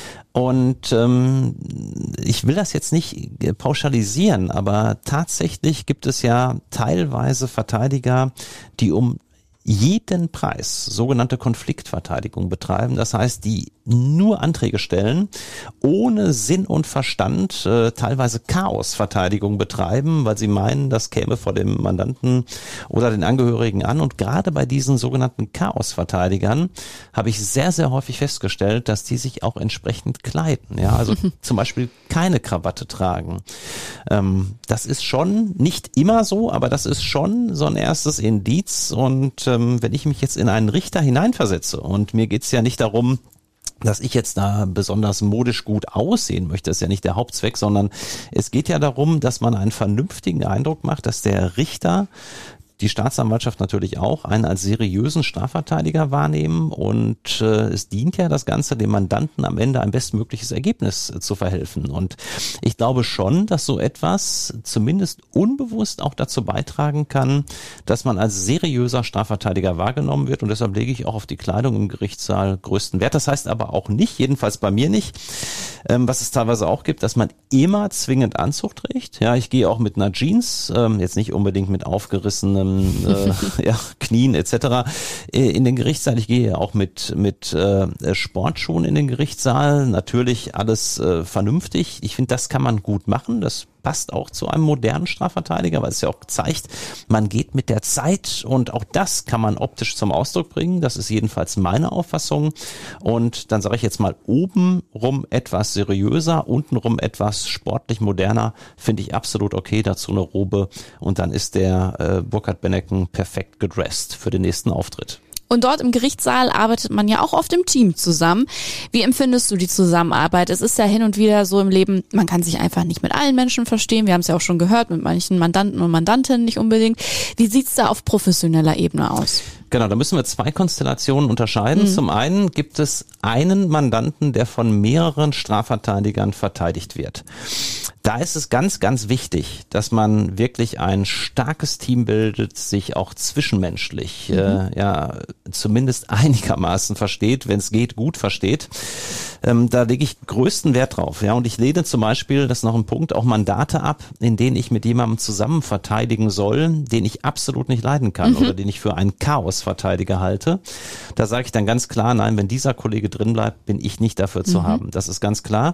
Und ähm, ich will das jetzt nicht pauschalisieren, aber tatsächlich gibt es ja teilweise Verteidiger, die um jeden Preis sogenannte Konfliktverteidigung betreiben. Das heißt, die nur Anträge stellen, ohne Sinn und Verstand, äh, teilweise Chaosverteidigung betreiben, weil sie meinen, das käme vor dem Mandanten oder den Angehörigen an. Und gerade bei diesen sogenannten Chaosverteidigern habe ich sehr, sehr häufig festgestellt, dass die sich auch entsprechend kleiden. Ja, also zum Beispiel keine Krawatte tragen. Ähm, das ist schon nicht immer so, aber das ist schon so ein erstes Indiz. Und ähm, wenn ich mich jetzt in einen Richter hineinversetze und mir geht's ja nicht darum, dass ich jetzt da besonders modisch gut aussehen möchte, ist ja nicht der Hauptzweck, sondern es geht ja darum, dass man einen vernünftigen Eindruck macht, dass der Richter, die Staatsanwaltschaft natürlich auch, einen als seriösen Strafverteidiger wahrnehmen und äh, es dient ja das Ganze dem Mandanten am Ende ein bestmögliches Ergebnis äh, zu verhelfen. Und ich glaube schon, dass so etwas zumindest unbewusst auch dazu beitragen kann, dass man als seriöser Strafverteidiger wahrgenommen wird und deshalb lege ich auch auf die Kleidung im Gerichtssaal größten Wert. Das heißt aber auch nicht, jedenfalls bei mir nicht, ähm, was es teilweise auch gibt, dass man immer zwingend Anzug trägt. Ja, ich gehe auch mit einer Jeans, ähm, jetzt nicht unbedingt mit aufgerissenen Äh, ja, Knien et cetera in den Gerichtssaal. Ich gehe auch mit mit äh, Sportschuhen in den Gerichtssaal. Natürlich alles äh, vernünftig. Ich finde, das kann man gut machen. Das passt auch zu einem modernen Strafverteidiger, weil es ja auch zeigt, man geht mit der Zeit und auch das kann man optisch zum Ausdruck bringen. Das ist jedenfalls meine Auffassung. Und dann sage ich jetzt mal, obenrum etwas seriöser, untenrum etwas sportlich moderner, finde ich absolut okay. Dazu eine Robe und dann ist der äh, Burkhard Benneken perfekt gedressed für den nächsten Auftritt. Und dort im Gerichtssaal arbeitet man ja auch oft im Team zusammen. Wie empfindest du die Zusammenarbeit? Es ist ja hin und wieder so im Leben, man kann sich einfach nicht mit allen Menschen verstehen. Wir haben es ja auch schon gehört, mit manchen Mandanten und Mandantinnen nicht unbedingt. Wie sieht's da auf professioneller Ebene aus? Genau, da müssen wir zwei Konstellationen unterscheiden. Mhm. Zum einen gibt es einen Mandanten, der von mehreren Strafverteidigern verteidigt wird. Da ist es ganz, ganz wichtig, dass man wirklich ein starkes Team bildet, sich auch zwischenmenschlich mhm. äh, ja zumindest einigermaßen versteht, wenn es geht, gut versteht. Ähm, da lege ich größten Wert drauf. Ja, und ich lehne zum Beispiel, das ist noch ein Punkt, auch Mandate ab, in denen ich mit jemandem zusammen verteidigen soll, den ich absolut nicht leiden kann mhm. oder den ich für einen Chaosverteidiger halte. Da sage ich dann ganz klar, nein, wenn dieser Kollege drin bleibt, bin ich nicht dafür zu mhm. haben. Das ist ganz klar.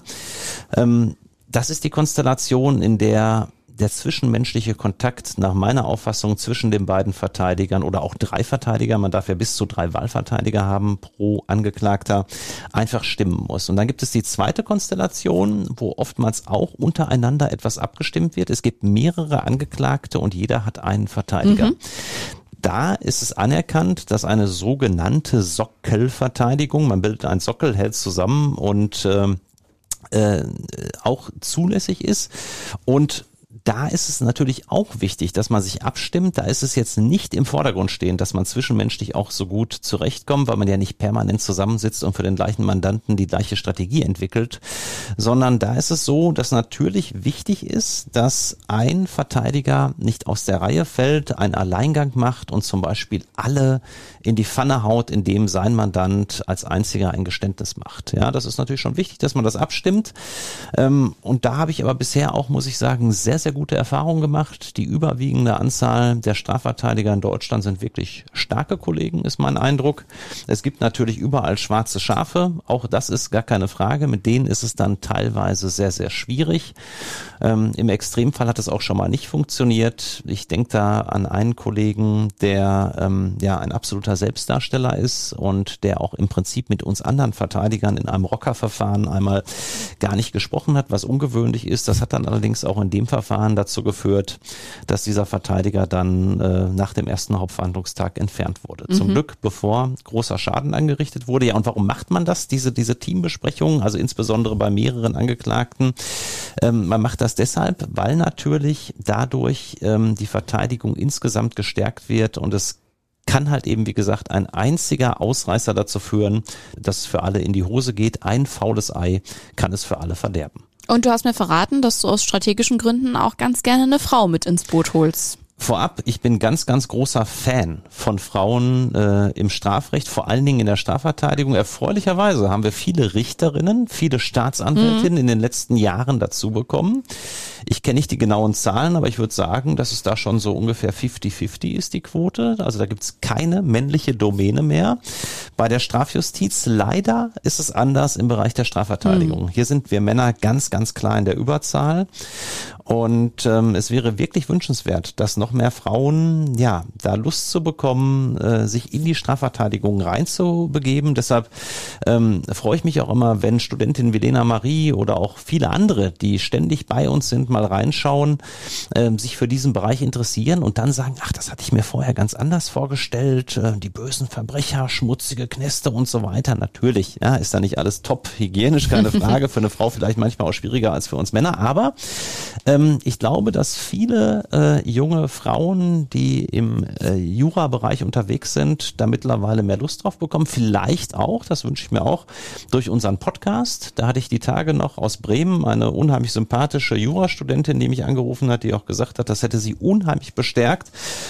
Ähm, Das ist die Konstellation, in der der zwischenmenschliche Kontakt nach meiner Auffassung zwischen den beiden Verteidigern oder auch drei Verteidiger, man darf ja bis zu drei Wahlverteidiger haben pro Angeklagter, einfach stimmen muss. Und dann gibt es die zweite Konstellation, wo oftmals auch untereinander etwas abgestimmt wird. Es gibt mehrere Angeklagte und jeder hat einen Verteidiger. Mhm. Da ist es anerkannt, dass eine sogenannte Sockelverteidigung, man bildet einen Sockel, hält zusammen und äh, Äh, auch zulässig ist und da ist es natürlich auch wichtig, dass man sich abstimmt. Da ist es jetzt nicht im Vordergrund stehend, dass man zwischenmenschlich auch so gut zurechtkommt, weil man ja nicht permanent zusammensitzt und für den gleichen Mandanten die gleiche Strategie entwickelt, sondern da ist es so, dass natürlich wichtig ist, dass ein Verteidiger nicht aus der Reihe fällt, einen Alleingang macht und zum Beispiel alle in die Pfanne haut, indem sein Mandant als einziger ein Geständnis macht. Ja, das ist natürlich schon wichtig, dass man das abstimmt. Und da habe ich aber bisher auch, muss ich sagen, sehr, sehr gute Erfahrungen gemacht. Die überwiegende Anzahl der Strafverteidiger in Deutschland sind wirklich starke Kollegen, ist mein Eindruck. Es gibt natürlich überall schwarze Schafe. Auch das ist gar keine Frage. Mit denen ist es dann teilweise sehr, sehr schwierig. Ähm, im Extremfall hat es auch schon mal nicht funktioniert. Ich denke da an einen Kollegen, der ähm, ja ein absoluter Selbstdarsteller ist und der auch im Prinzip mit uns anderen Verteidigern in einem Rockerverfahren einmal gar nicht gesprochen hat, was ungewöhnlich ist. Das hat dann allerdings auch in dem Verfahren dazu geführt, dass dieser Verteidiger dann äh, nach dem ersten Hauptverhandlungstag entfernt wurde. Mhm. Zum Glück, bevor großer Schaden angerichtet wurde. Ja, und warum macht man das, diese diese Teambesprechungen, also insbesondere bei mehreren Angeklagten? Ähm, man macht das deshalb, weil natürlich dadurch ähm, die Verteidigung insgesamt gestärkt wird und es kann halt eben, wie gesagt, ein einziger Ausreißer dazu führen, dass es für alle in die Hose geht. Ein faules Ei kann es für alle verderben. Und du hast mir verraten, dass du aus strategischen Gründen auch ganz gerne eine Frau mit ins Boot holst. Vorab, ich bin ganz, ganz großer Fan von Frauen äh, im Strafrecht, vor allen Dingen in der Strafverteidigung. Erfreulicherweise haben wir viele Richterinnen, viele Staatsanwältinnen mhm. in den letzten Jahren dazu bekommen. Ich kenne nicht die genauen Zahlen, aber ich würde sagen, dass es da schon so ungefähr fifty fifty ist, die Quote. Also da gibt es keine männliche Domäne mehr. Bei der Strafjustiz leider ist es anders im Bereich der Strafverteidigung. Mhm. Hier sind wir Männer ganz, ganz klar in der Überzahl. Und ähm, es wäre wirklich wünschenswert, dass noch mehr Frauen ja da Lust zu bekommen, äh, sich in die Strafverteidigung reinzubegeben. Deshalb ähm, freue ich mich auch immer, wenn Studentinnen wie Lena Marie oder auch viele andere, die ständig bei uns sind, mal reinschauen, äh, sich für diesen Bereich interessieren und dann sagen, ach, das hatte ich mir vorher ganz anders vorgestellt, äh, die bösen Verbrecher, schmutzige Knäste und so weiter. Natürlich, ja, ist da nicht alles top hygienisch, keine Frage, für eine Frau vielleicht manchmal auch schwieriger als für uns Männer, aber äh, ich glaube, dass viele äh, junge Frauen, die im äh, Jura-Bereich unterwegs sind, da mittlerweile mehr Lust drauf bekommen. Vielleicht auch, das wünsche ich mir auch, durch unseren Podcast. Da hatte ich die Tage noch aus Bremen eine unheimlich sympathische Jurastudentin, die mich angerufen hat, die auch gesagt hat, das hätte sie unheimlich bestärkt,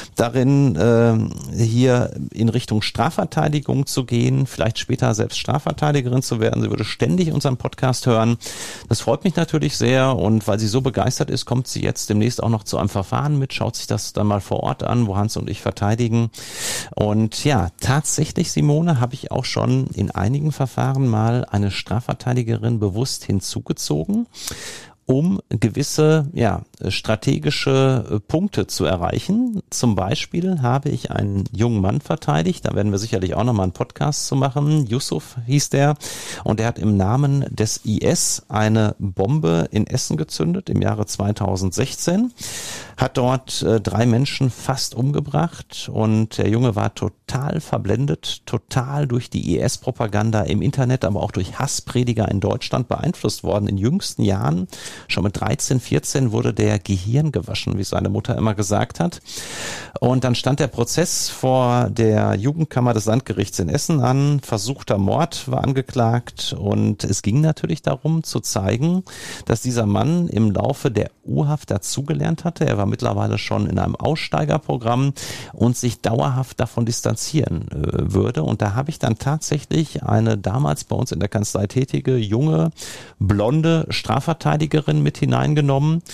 darin äh, hier in Richtung Strafverteidigung zu gehen, vielleicht später selbst Strafverteidigerin zu werden. Sie würde ständig unseren Podcast hören. Das freut mich natürlich sehr und weil sie so begeistert ist, kommt sie jetzt demnächst auch noch zu einem Verfahren mit, schaut sich das dann mal vor Ort an, wo Hans und ich verteidigen. Und ja, tatsächlich, Simone, habe ich auch schon in einigen Verfahren mal eine Strafverteidigerin bewusst hinzugezogen, um gewisse ja, strategische Punkte zu erreichen. Zum Beispiel habe ich einen jungen Mann verteidigt, da werden wir sicherlich auch nochmal einen Podcast zu machen. Yusuf hieß der und der hat im Namen des I S eine Bombe in Essen gezündet im Jahre zweitausendsechzehn, hat dort äh, drei Menschen fast umgebracht und der Junge war total verblendet, total durch die I S-Propaganda im Internet, aber auch durch Hassprediger in Deutschland beeinflusst worden. In jüngsten Jahren, schon mit dreizehn, vierzehn, wurde der Gehirn gewaschen, wie seine Mutter immer gesagt hat. Und dann stand der Prozess vor der Jugendkammer des Landgerichts in Essen an. Versuchter Mord war angeklagt und es ging natürlich darum zu zeigen, dass dieser Mann im Laufe der U-Haft dazugelernt hatte. Er war mittlerweile schon in einem Aussteigerprogramm und sich dauerhaft davon distanzieren äh, würde. Und da habe ich dann tatsächlich eine damals bei uns in der Kanzlei tätige, junge, blonde Strafverteidigerin mit hineingenommen.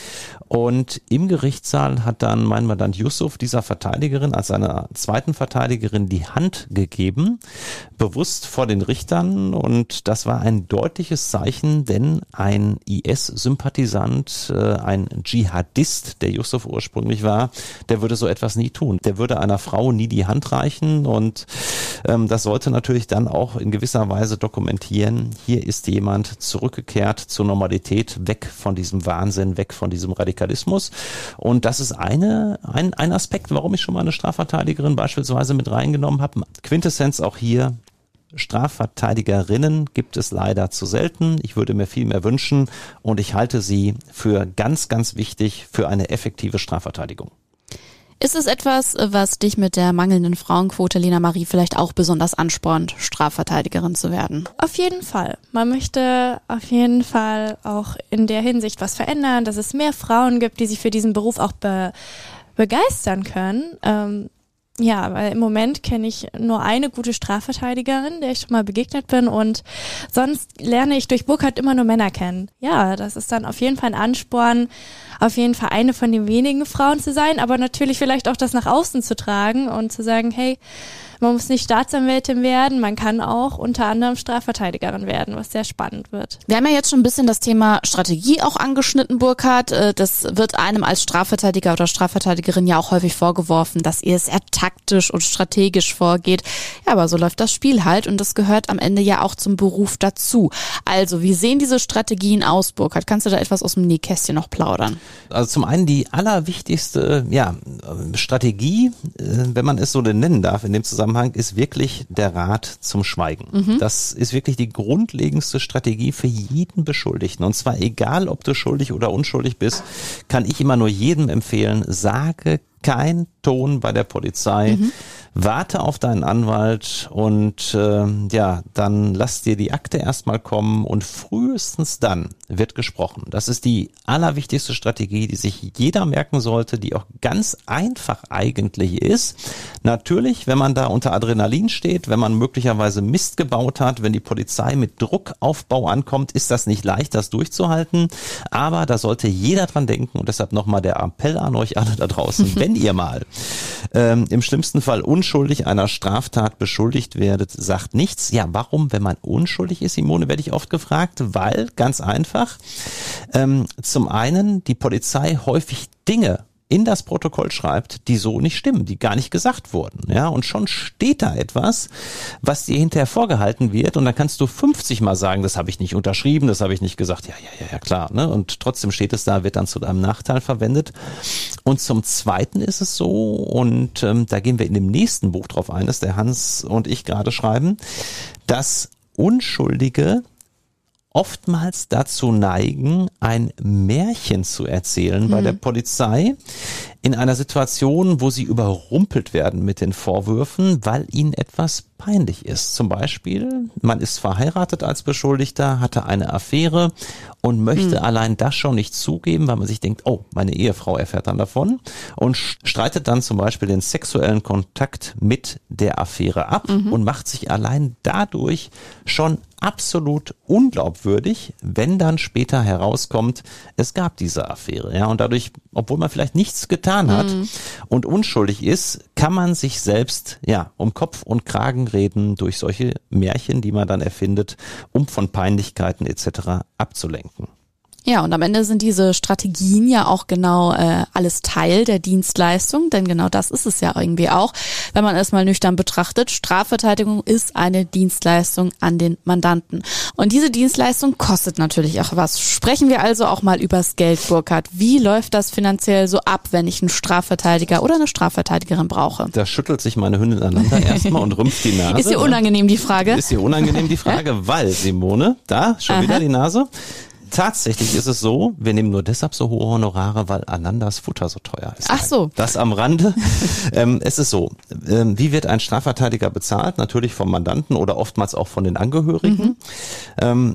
Und im Gerichtssaal hat dann mein Mandant Yusuf dieser Verteidigerin als seiner zweiten Verteidigerin die Hand gegeben, bewusst vor den Richtern. Und das war ein deutliches Zeichen, denn ein I S-Sympathisant, äh, ein Dschihadist, der Yusuf ursprünglich war, der würde so etwas nie tun. Der würde einer Frau nie die Hand reichen und ähm, das sollte natürlich dann auch in gewisser Weise dokumentieren, hier ist jemand zurückgekehrt zur Normalität, weg von diesem Wahnsinn, weg von diesem Radikalismus. Und das ist eine, ein, ein Aspekt, warum ich schon mal eine Strafverteidigerin beispielsweise mit reingenommen habe. Quintessenz auch hier: Strafverteidigerinnen gibt es leider zu selten. Ich würde mir viel mehr wünschen und ich halte sie für ganz, ganz wichtig für eine effektive Strafverteidigung. Ist es etwas, was dich mit der mangelnden Frauenquote, Lena Marie, vielleicht auch besonders anspornt, Strafverteidigerin zu werden? Auf jeden Fall. Man möchte auf jeden Fall auch in der Hinsicht was verändern, dass es mehr Frauen gibt, die sich für diesen Beruf auch be- begeistern können. Ähm, Ja, weil im Moment kenne ich nur eine gute Strafverteidigerin, der ich schon mal begegnet bin, und sonst lerne ich durch Burkhardt immer nur Männer kennen. Ja, das ist dann auf jeden Fall ein Ansporn, auf jeden Fall eine von den wenigen Frauen zu sein, aber natürlich vielleicht auch das nach außen zu tragen und zu sagen, hey, man muss nicht Staatsanwältin werden, man kann auch unter anderem Strafverteidigerin werden, was sehr spannend wird. Wir haben ja jetzt schon ein bisschen das Thema Strategie auch angeschnitten, Burkhardt. Das wird einem als Strafverteidiger oder Strafverteidigerin ja auch häufig vorgeworfen, dass ihr sehr taktisch und strategisch vorgeht. Ja, aber so läuft das Spiel halt und das gehört am Ende ja auch zum Beruf dazu. Also, wie sehen diese Strategien aus, Burkhardt? Kannst du da etwas aus dem Nähkästchen noch plaudern? Also zum einen die allerwichtigste ja, Strategie, wenn man es so denn nennen darf in dem Zusammenhang, ist wirklich der Rat zum Schweigen. Mhm. Das ist wirklich die grundlegendste Strategie für jeden Beschuldigten. Und zwar egal, ob du schuldig oder unschuldig bist, kann ich immer nur jedem empfehlen, sage kein Ton bei der Polizei. Mhm. Warte auf deinen Anwalt und äh, ja, dann lass dir die Akte erstmal kommen und frühestens dann wird gesprochen. Das ist die allerwichtigste Strategie, die sich jeder merken sollte, die auch ganz einfach eigentlich ist. Natürlich, wenn man da unter Adrenalin steht, wenn man möglicherweise Mist gebaut hat, wenn die Polizei mit Druckaufbau ankommt, ist das nicht leicht, das durchzuhalten. Aber da sollte jeder dran denken und deshalb nochmal der Appell an euch alle da draußen, wenn ihr mal ähm, im schlimmsten Fall unschuldig einer Straftat beschuldigt werdet, sagt nichts. Ja, warum, wenn man unschuldig ist, Simone, werde ich oft gefragt, weil, ganz einfach, ähm, zum einen die Polizei häufig Dinge in das Protokoll schreibt, die so nicht stimmen, die gar nicht gesagt wurden. Ja, und schon steht da etwas, was dir hinterher vorgehalten wird und dann kannst du fünfzig Mal sagen, das habe ich nicht unterschrieben, das habe ich nicht gesagt. Ja, ja, ja, ja, klar. Ne? Und trotzdem steht es da, wird dann zu deinem Nachteil verwendet. Und zum Zweiten ist es so, und ähm, da gehen wir in dem nächsten Buch drauf ein, das der Hans und ich gerade schreiben, dass Unschuldige oftmals dazu neigen, ein Märchen zu erzählen mhm. bei der Polizei in einer Situation, wo sie überrumpelt werden mit den Vorwürfen, weil ihnen etwas peinlich ist. Zum Beispiel, man ist verheiratet als Beschuldigter, hatte eine Affäre und möchte mhm. allein das schon nicht zugeben, weil man sich denkt, oh, meine Ehefrau erfährt dann davon und streitet dann zum Beispiel den sexuellen Kontakt mit der Affäre ab mhm. und macht sich allein dadurch schon absolut unglaubwürdig, wenn dann später herauskommt, es gab diese Affäre. Ja, und dadurch, obwohl man vielleicht nichts getan hat mhm. und unschuldig ist, kann man sich selbst ja um Kopf und Kragen reden durch solche Märchen, die man dann erfindet, um von Peinlichkeiten et cetera abzulenken. Ja, und am Ende sind diese Strategien ja auch genau äh, alles Teil der Dienstleistung, denn genau das ist es ja irgendwie auch, wenn man es mal nüchtern betrachtet. Strafverteidigung ist eine Dienstleistung an den Mandanten. Und diese Dienstleistung kostet natürlich auch was. Sprechen wir also auch mal übers Geld, Burkhardt. Wie läuft das finanziell so ab, wenn ich einen Strafverteidiger oder eine Strafverteidigerin brauche? Da schüttelt sich meine Hündin aneinander erstmal und rümpft die Nase. Ist dir unangenehm die Frage? Ist dir unangenehm die Frage, weil, Simone, da schon Aha. wieder die Nase. Tatsächlich ist es so, wir nehmen nur deshalb so hohe Honorare, weil Anandas Futter so teuer ist. Ach so. Das am Rande. ähm, es ist so, ähm, wie wird ein Strafverteidiger bezahlt? Natürlich vom Mandanten oder oftmals auch von den Angehörigen. Mhm. Ähm,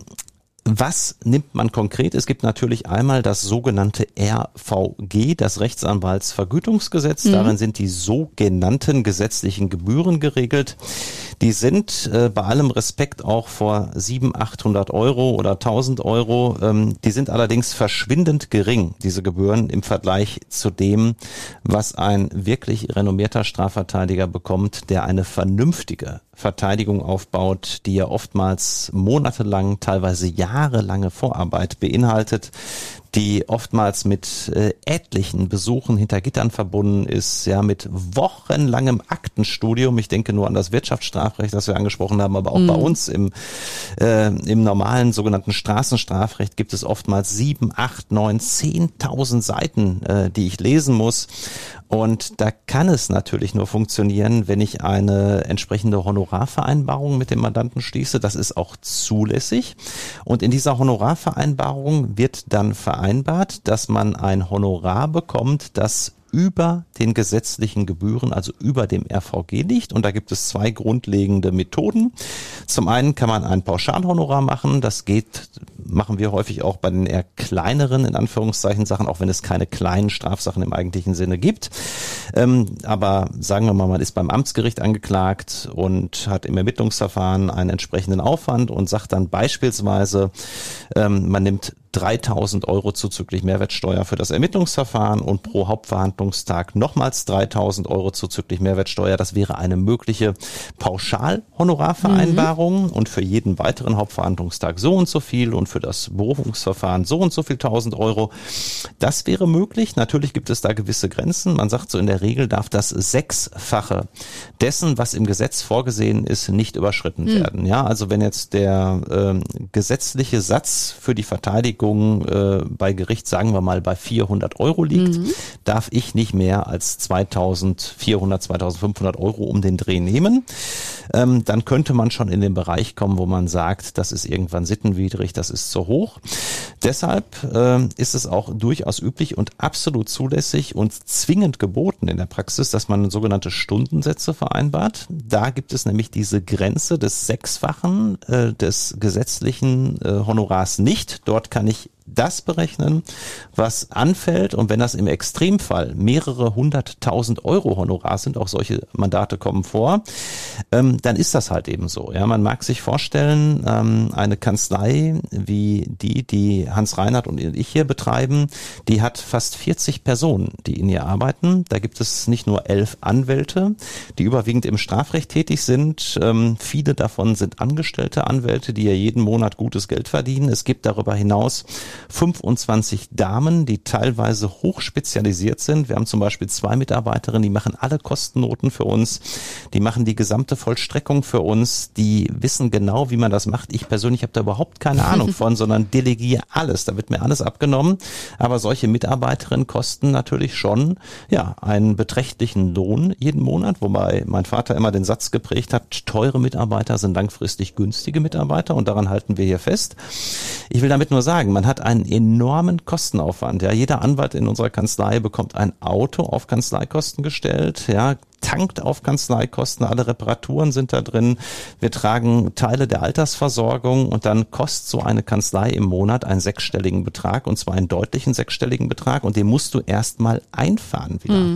Was nimmt man konkret? Es gibt natürlich einmal das sogenannte R V G, das Rechtsanwaltsvergütungsgesetz. Mhm. Darin sind die sogenannten gesetzlichen Gebühren geregelt. Die sind äh, bei allem Respekt auch vor siebenhundert, achthundert Euro oder tausend Euro. Ähm, die sind allerdings verschwindend gering, diese Gebühren, im Vergleich zu dem, was ein wirklich renommierter Strafverteidiger bekommt, der eine vernünftige Verteidigung aufbaut, die ja oftmals monatelang, teilweise jahrelange Vorarbeit beinhaltet. die oftmals mit äh, etlichen Besuchen hinter Gittern verbunden ist, ja, mit wochenlangem Aktenstudium. Ich denke nur an das Wirtschaftsstrafrecht, das wir angesprochen haben, aber auch mhm. bei uns im, äh, im normalen sogenannten Straßenstrafrecht gibt es oftmals sieben, acht, neun, zehntausend Seiten, äh, die ich lesen muss. Und da kann es natürlich nur funktionieren, wenn ich eine entsprechende Honorarvereinbarung mit dem Mandanten schließe. Das ist auch zulässig. Und in dieser Honorarvereinbarung wird dann vereinbart, dass man ein Honorar bekommt, das über den gesetzlichen Gebühren, also über dem R V G liegt. Und da gibt es zwei grundlegende Methoden. Zum einen kann man ein Pauschalhonorar machen. Das geht, machen wir häufig auch bei den eher kleineren, in Anführungszeichen, Sachen, auch wenn es keine kleinen Strafsachen im eigentlichen Sinne gibt. Ähm, aber sagen wir mal, man ist beim Amtsgericht angeklagt und hat im Ermittlungsverfahren einen entsprechenden Aufwand und sagt dann beispielsweise, ähm, man nimmt dreitausend Euro zuzüglich Mehrwertsteuer für das Ermittlungsverfahren und pro Hauptverhandlungstag nochmals dreitausend Euro zuzüglich Mehrwertsteuer. Das wäre eine mögliche Pauschalhonorarvereinbarung mhm. und für jeden weiteren Hauptverhandlungstag so und so viel und für das Berufungsverfahren so und so viel tausend Euro. Das wäre möglich. Natürlich gibt es da gewisse Grenzen. Man sagt so, in der Regel darf das Sechsfache dessen, was im Gesetz vorgesehen ist, nicht überschritten mhm. werden. Ja, also wenn jetzt der äh, gesetzliche Satz für die Verteidigung äh, bei Gericht, sagen wir mal, bei vierhundert Euro liegt, mhm. darf ich nicht mehr als zweitausendvierhundert, zweitausendfünfhundert Euro um den Dreh nehmen. Ähm, dann könnte man schon in den Bereich kommen, wo man sagt, das ist irgendwann sittenwidrig, das ist zu hoch. Deshalb äh, ist es auch durchaus üblich und absolut zulässig und zwingend geboten in der Praxis, dass man sogenannte Stundensätze vereinbart. Da gibt es nämlich diese Grenze des Sechsfachen äh, des gesetzlichen äh, Honorars nicht. Dort kann ich das berechnen, was anfällt, und wenn das im Extremfall mehrere hunderttausend Euro Honorar sind, auch solche Mandate kommen vor, ähm, dann ist das halt eben so. Ja, man mag sich vorstellen, ähm, eine Kanzlei wie die, die Hans Reinhardt und ich hier betreiben, die hat fast vierzig Personen, die in ihr arbeiten. Da gibt es nicht nur elf Anwälte, die überwiegend im Strafrecht tätig sind. Ähm, viele davon sind angestellte Anwälte, die ja jeden Monat gutes Geld verdienen. Es gibt darüber hinaus fünfundzwanzig Damen, die teilweise hochspezialisiert sind. Wir haben zum Beispiel zwei Mitarbeiterinnen, die machen alle Kostennoten für uns, die machen die gesamte Vollstreckung für uns, die wissen genau, wie man das macht. Ich persönlich habe da überhaupt keine Ahnung von, sondern delegiere alles. Da wird mir alles abgenommen. Aber solche Mitarbeiterinnen kosten natürlich schon ja einen beträchtlichen Lohn jeden Monat, wobei mein Vater immer den Satz geprägt hat, teure Mitarbeiter sind langfristig günstige Mitarbeiter, und daran halten wir hier fest. Ich will damit nur sagen, man hat einen enormen Kostenaufwand. Ja, jeder Anwalt in unserer Kanzlei bekommt ein Auto auf Kanzleikosten gestellt, ja, tankt auf Kanzleikosten, alle Reparaturen sind da drin. Wir tragen Teile der Altersversorgung, und dann kostet so eine Kanzlei im Monat einen sechsstelligen Betrag, und zwar einen deutlichen sechsstelligen Betrag, und den musst du erstmal einfahren wieder. Mhm.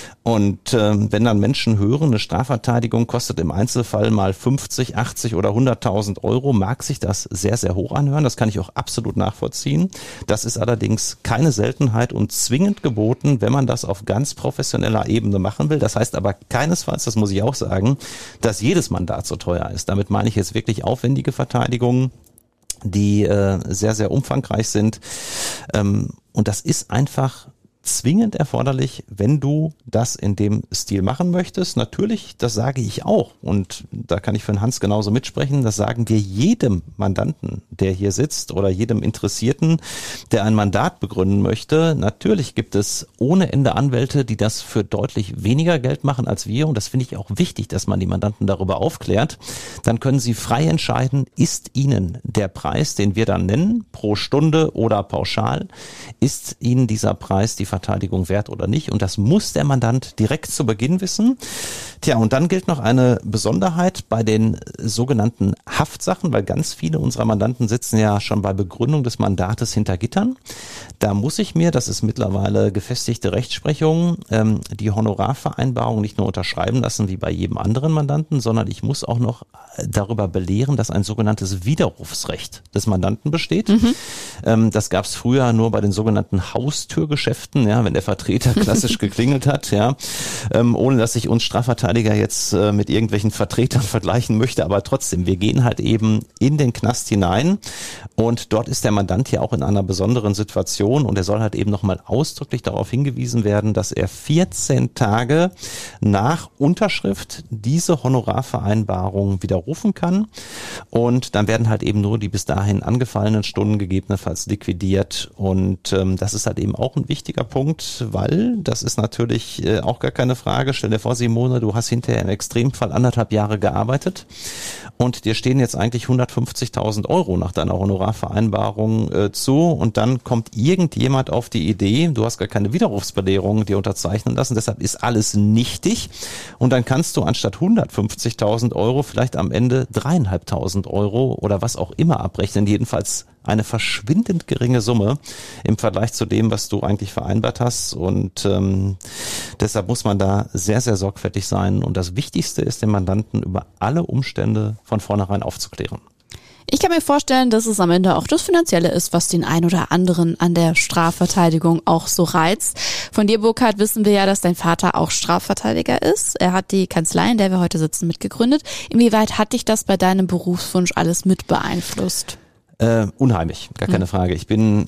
Und äh, wenn dann Menschen hören, eine Strafverteidigung kostet im Einzelfall mal fünfzig, achtzig oder hunderttausend Euro, mag sich das sehr, sehr hoch anhören. Das kann ich auch absolut nachvollziehen. Das ist allerdings keine Seltenheit und zwingend geboten, wenn man das auf ganz professioneller Ebene machen will. Das heißt aber keinesfalls, das muss ich auch sagen, dass jedes Mandat so teuer ist. Damit meine ich jetzt wirklich aufwendige Verteidigungen, die äh, sehr, sehr umfangreich sind. Ähm, und das ist einfach zwingend erforderlich, wenn du das in dem Stil machen möchtest. Natürlich, das sage ich auch, und da kann ich für den Hans genauso mitsprechen, das sagen wir jedem Mandanten, der hier sitzt, oder jedem Interessierten, der ein Mandat begründen möchte. Natürlich gibt es ohne Ende Anwälte, die das für deutlich weniger Geld machen als wir, und das finde ich auch wichtig, dass man die Mandanten darüber aufklärt. Dann können sie frei entscheiden, ist ihnen der Preis, den wir dann nennen, pro Stunde oder pauschal, ist ihnen dieser Preis die Verteidigung wert oder nicht, und das muss der Mandant direkt zu Beginn wissen. Tja, und dann gilt noch eine Besonderheit bei den sogenannten Haftsachen, weil ganz viele unserer Mandanten sitzen ja schon bei Begründung des Mandates hinter Gittern. Da muss ich mir, das ist mittlerweile gefestigte Rechtsprechung, ähm, die Honorarvereinbarung nicht nur unterschreiben lassen wie bei jedem anderen Mandanten, sondern ich muss auch noch darüber belehren, dass ein sogenanntes Widerrufsrecht des Mandanten besteht. Mhm. Ähm, das gab es früher nur bei den sogenannten Haustürgeschäften. gewesen, ja, wenn der Vertreter klassisch geklingelt hat, ja, ähm, ohne dass ich uns Strafverteidiger jetzt äh, mit irgendwelchen Vertretern vergleichen möchte, aber trotzdem, wir gehen halt eben in den Knast hinein und dort ist der Mandant ja auch in einer besonderen Situation und er soll halt eben nochmal ausdrücklich darauf hingewiesen werden, dass er vierzehn Tage nach Unterschrift diese Honorarvereinbarung widerrufen kann und dann werden halt eben nur die bis dahin angefallenen Stunden gegebenenfalls liquidiert und ähm, das ist halt eben auch ein wichtiger Punkt, weil das ist natürlich äh, auch gar keine Frage. Stell dir vor, Simone, du hast hinterher im Extremfall anderthalb Jahre gearbeitet und dir stehen jetzt eigentlich hundertfünfzigtausend Euro nach deiner Honorarvereinbarung äh, zu und dann kommt irgendjemand auf die Idee, du hast gar keine Widerrufsbelehrung dir unterzeichnen lassen, deshalb ist alles nichtig und dann kannst du anstatt hundertfünfzigtausend Euro vielleicht am Ende dreieinhalbtausend Euro oder was auch immer abrechnen, jedenfalls eine verschwindend geringe Summe im Vergleich zu dem, was du eigentlich vereinbart hast und ähm, deshalb muss man da sehr, sehr sorgfältig sein und das Wichtigste ist, den Mandanten über alle Umstände von vornherein aufzuklären. Ich kann mir vorstellen, dass es am Ende auch das Finanzielle ist, was den ein oder anderen an der Strafverteidigung auch so reizt. Von dir, Burkhard, wissen wir ja, dass dein Vater auch Strafverteidiger ist. Er hat die Kanzlei, in der wir heute sitzen, mitgegründet. Inwieweit hat dich das bei deinem Berufswunsch alles mit beeinflusst? Äh, unheimlich, gar keine Frage. Ich bin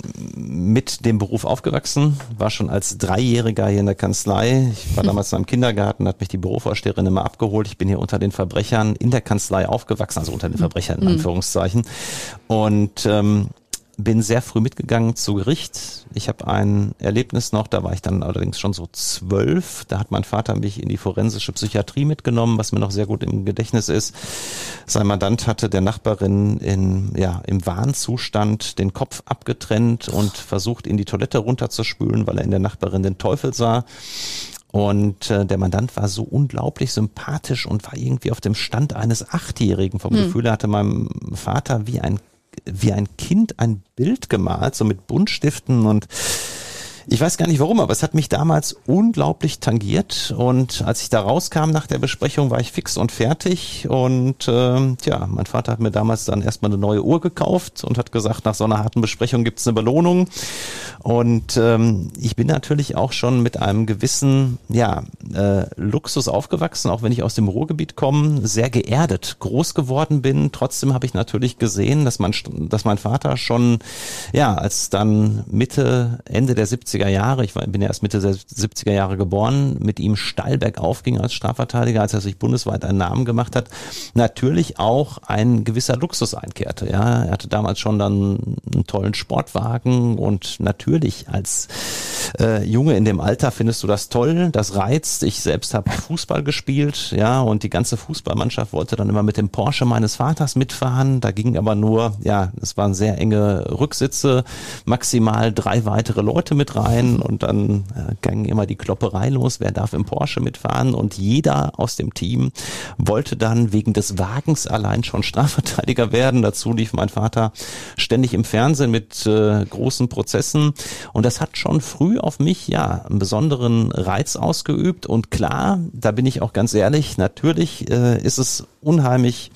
mit dem Beruf aufgewachsen, war schon als Dreijähriger hier in der Kanzlei. Ich war damals noch im Kindergarten, hat mich die Bürovorsteherin immer abgeholt. Ich bin hier unter den Verbrechern in der Kanzlei aufgewachsen, also unter den Verbrechern in Anführungszeichen. Und ähm, bin sehr früh mitgegangen zu Gericht. Ich habe ein Erlebnis noch, da war ich dann allerdings schon so zwölf. Da hat mein Vater mich in die forensische Psychiatrie mitgenommen, was mir noch sehr gut im Gedächtnis ist. Sein Mandant hatte der Nachbarin in, ja, im Wahnzustand den Kopf abgetrennt und versucht, in die Toilette runterzuspülen, weil er in der Nachbarin den Teufel sah. Und äh, der Mandant war so unglaublich sympathisch und war irgendwie auf dem Stand eines Achtjährigen. Vom hm. Gefühl, er hatte meinem Vater wie ein wie ein Kind ein Bild gemalt, so mit Buntstiften und ich weiß gar nicht warum, aber es hat mich damals unglaublich tangiert und als ich da rauskam nach der Besprechung, war ich fix und fertig und äh, tja, mein Vater hat mir damals dann erstmal eine neue Uhr gekauft und hat gesagt, nach so einer harten Besprechung gibt's eine Belohnung und ähm, ich bin natürlich auch schon mit einem gewissen ja äh, Luxus aufgewachsen, auch wenn ich aus dem Ruhrgebiet komme, sehr geerdet groß geworden bin. Trotzdem habe ich natürlich gesehen, dass mein, dass mein Vater schon ja als dann Mitte, Ende der siebziger Jahre, ich war, bin ja erst Mitte der siebziger Jahre geboren, mit ihm steil bergauf ging als Strafverteidiger, als er sich bundesweit einen Namen gemacht hat, natürlich auch ein gewisser Luxus einkehrte. Ja, er hatte damals schon dann einen tollen Sportwagen und natürlich als äh, Junge in dem Alter findest du das toll, das reizt. Ich selbst habe Fußball gespielt, ja, und die ganze Fußballmannschaft wollte dann immer mit dem Porsche meines Vaters mitfahren. Da ging aber nur, ja, es waren sehr enge Rücksitze, maximal drei weitere Leute mit rein. Und dann äh, ging immer die Klopperei los, wer darf im Porsche mitfahren und jeder aus dem Team wollte dann wegen des Wagens allein schon Strafverteidiger werden. Dazu lief mein Vater ständig im Fernsehen mit äh, großen Prozessen und das hat schon früh auf mich ja einen besonderen Reiz ausgeübt und klar, da bin ich auch ganz ehrlich, natürlich äh, ist es unheimlich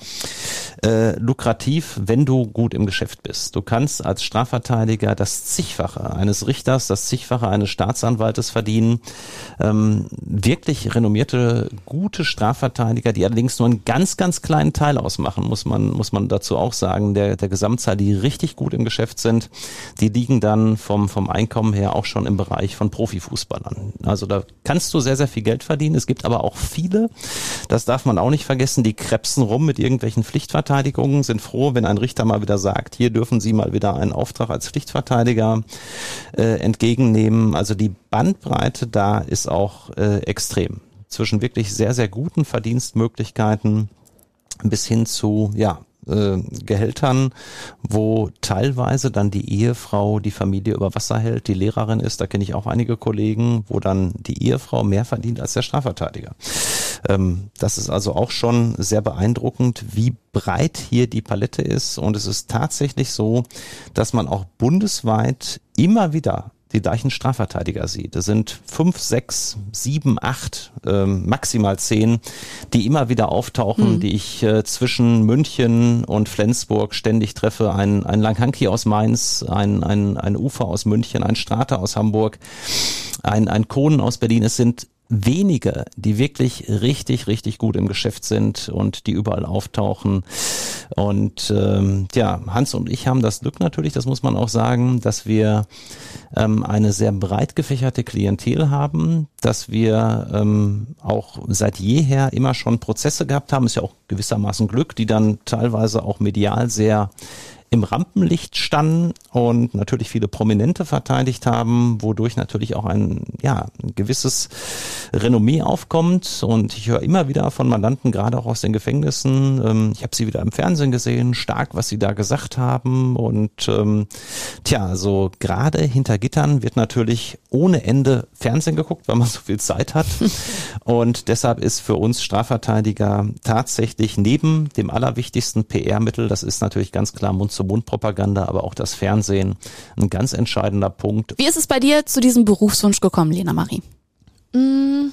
äh, lukrativ, wenn du gut im Geschäft bist. Du kannst als Strafverteidiger das Zigfache eines Richters, das Zigfache eines Staatsanwaltes verdienen. Ähm, wirklich renommierte, gute Strafverteidiger, die allerdings nur einen ganz, ganz kleinen Teil ausmachen, muss man, muss man dazu auch sagen, der, der Gesamtzahl, die richtig gut im Geschäft sind, die liegen dann vom, vom Einkommen her auch schon im Bereich von Profifußballern. Also da kannst du sehr, sehr viel Geld verdienen. Es gibt aber auch viele, das darf man auch nicht vergessen, die krebsen rum mit irgendwelchen Pflichtverteidigungen, sind froh, wenn ein Richter mal wieder sagt, hier dürfen Sie mal wieder einen Auftrag als Pflichtverteidiger äh, entgegennehmen. Also die Bandbreite da ist auch äh, extrem. Zwischen wirklich sehr, sehr guten Verdienstmöglichkeiten bis hin zu, ja, äh, Gehältern, wo teilweise dann die Ehefrau die Familie über Wasser hält, die Lehrerin ist, da kenne ich auch einige Kollegen, wo dann die Ehefrau mehr verdient als der Strafverteidiger. Ähm, das ist also auch schon sehr beeindruckend, wie breit hier die Palette ist und es ist tatsächlich so, dass man auch bundesweit immer wieder die gleichen Strafverteidiger sieht. Es sind fünf, sechs, sieben, acht, ähm, maximal zehn, die immer wieder auftauchen, mhm. die ich äh, zwischen München und Flensburg ständig treffe. Ein, ein Langhanki aus Mainz, ein, ein, ein Ufer aus München, ein Strate aus Hamburg, ein, ein Kohnen aus Berlin. Es sind wenige, die wirklich richtig, richtig gut im Geschäft sind und die überall auftauchen. Und ähm, ja, Hans und ich haben das Glück natürlich, das muss man auch sagen, dass wir ähm, eine sehr breit gefächerte Klientel haben, dass wir ähm, auch seit jeher immer schon Prozesse gehabt haben, ist ja auch gewissermaßen Glück, die dann teilweise auch medial sehr im Rampenlicht standen und natürlich viele Prominente verteidigt haben, wodurch natürlich auch ein, ja, ein gewisses Renommee aufkommt. Und ich höre immer wieder von Mandanten, gerade auch aus den Gefängnissen, ähm, ich habe sie wieder im Fernsehen gesehen, stark, was sie da gesagt haben. Und ähm, tja, so gerade hinter Gittern wird natürlich ohne Ende Fernsehen geguckt, weil man so viel Zeit hat. Und deshalb ist für uns Strafverteidiger tatsächlich neben dem allerwichtigsten P R-Mittel, das ist natürlich ganz klar Mund-zu-Mund-Propaganda, aber auch das Fernsehen, ein ganz entscheidender Punkt. Wie ist es bei dir zu diesem Berufswunsch gekommen, Lena Marie? Mm,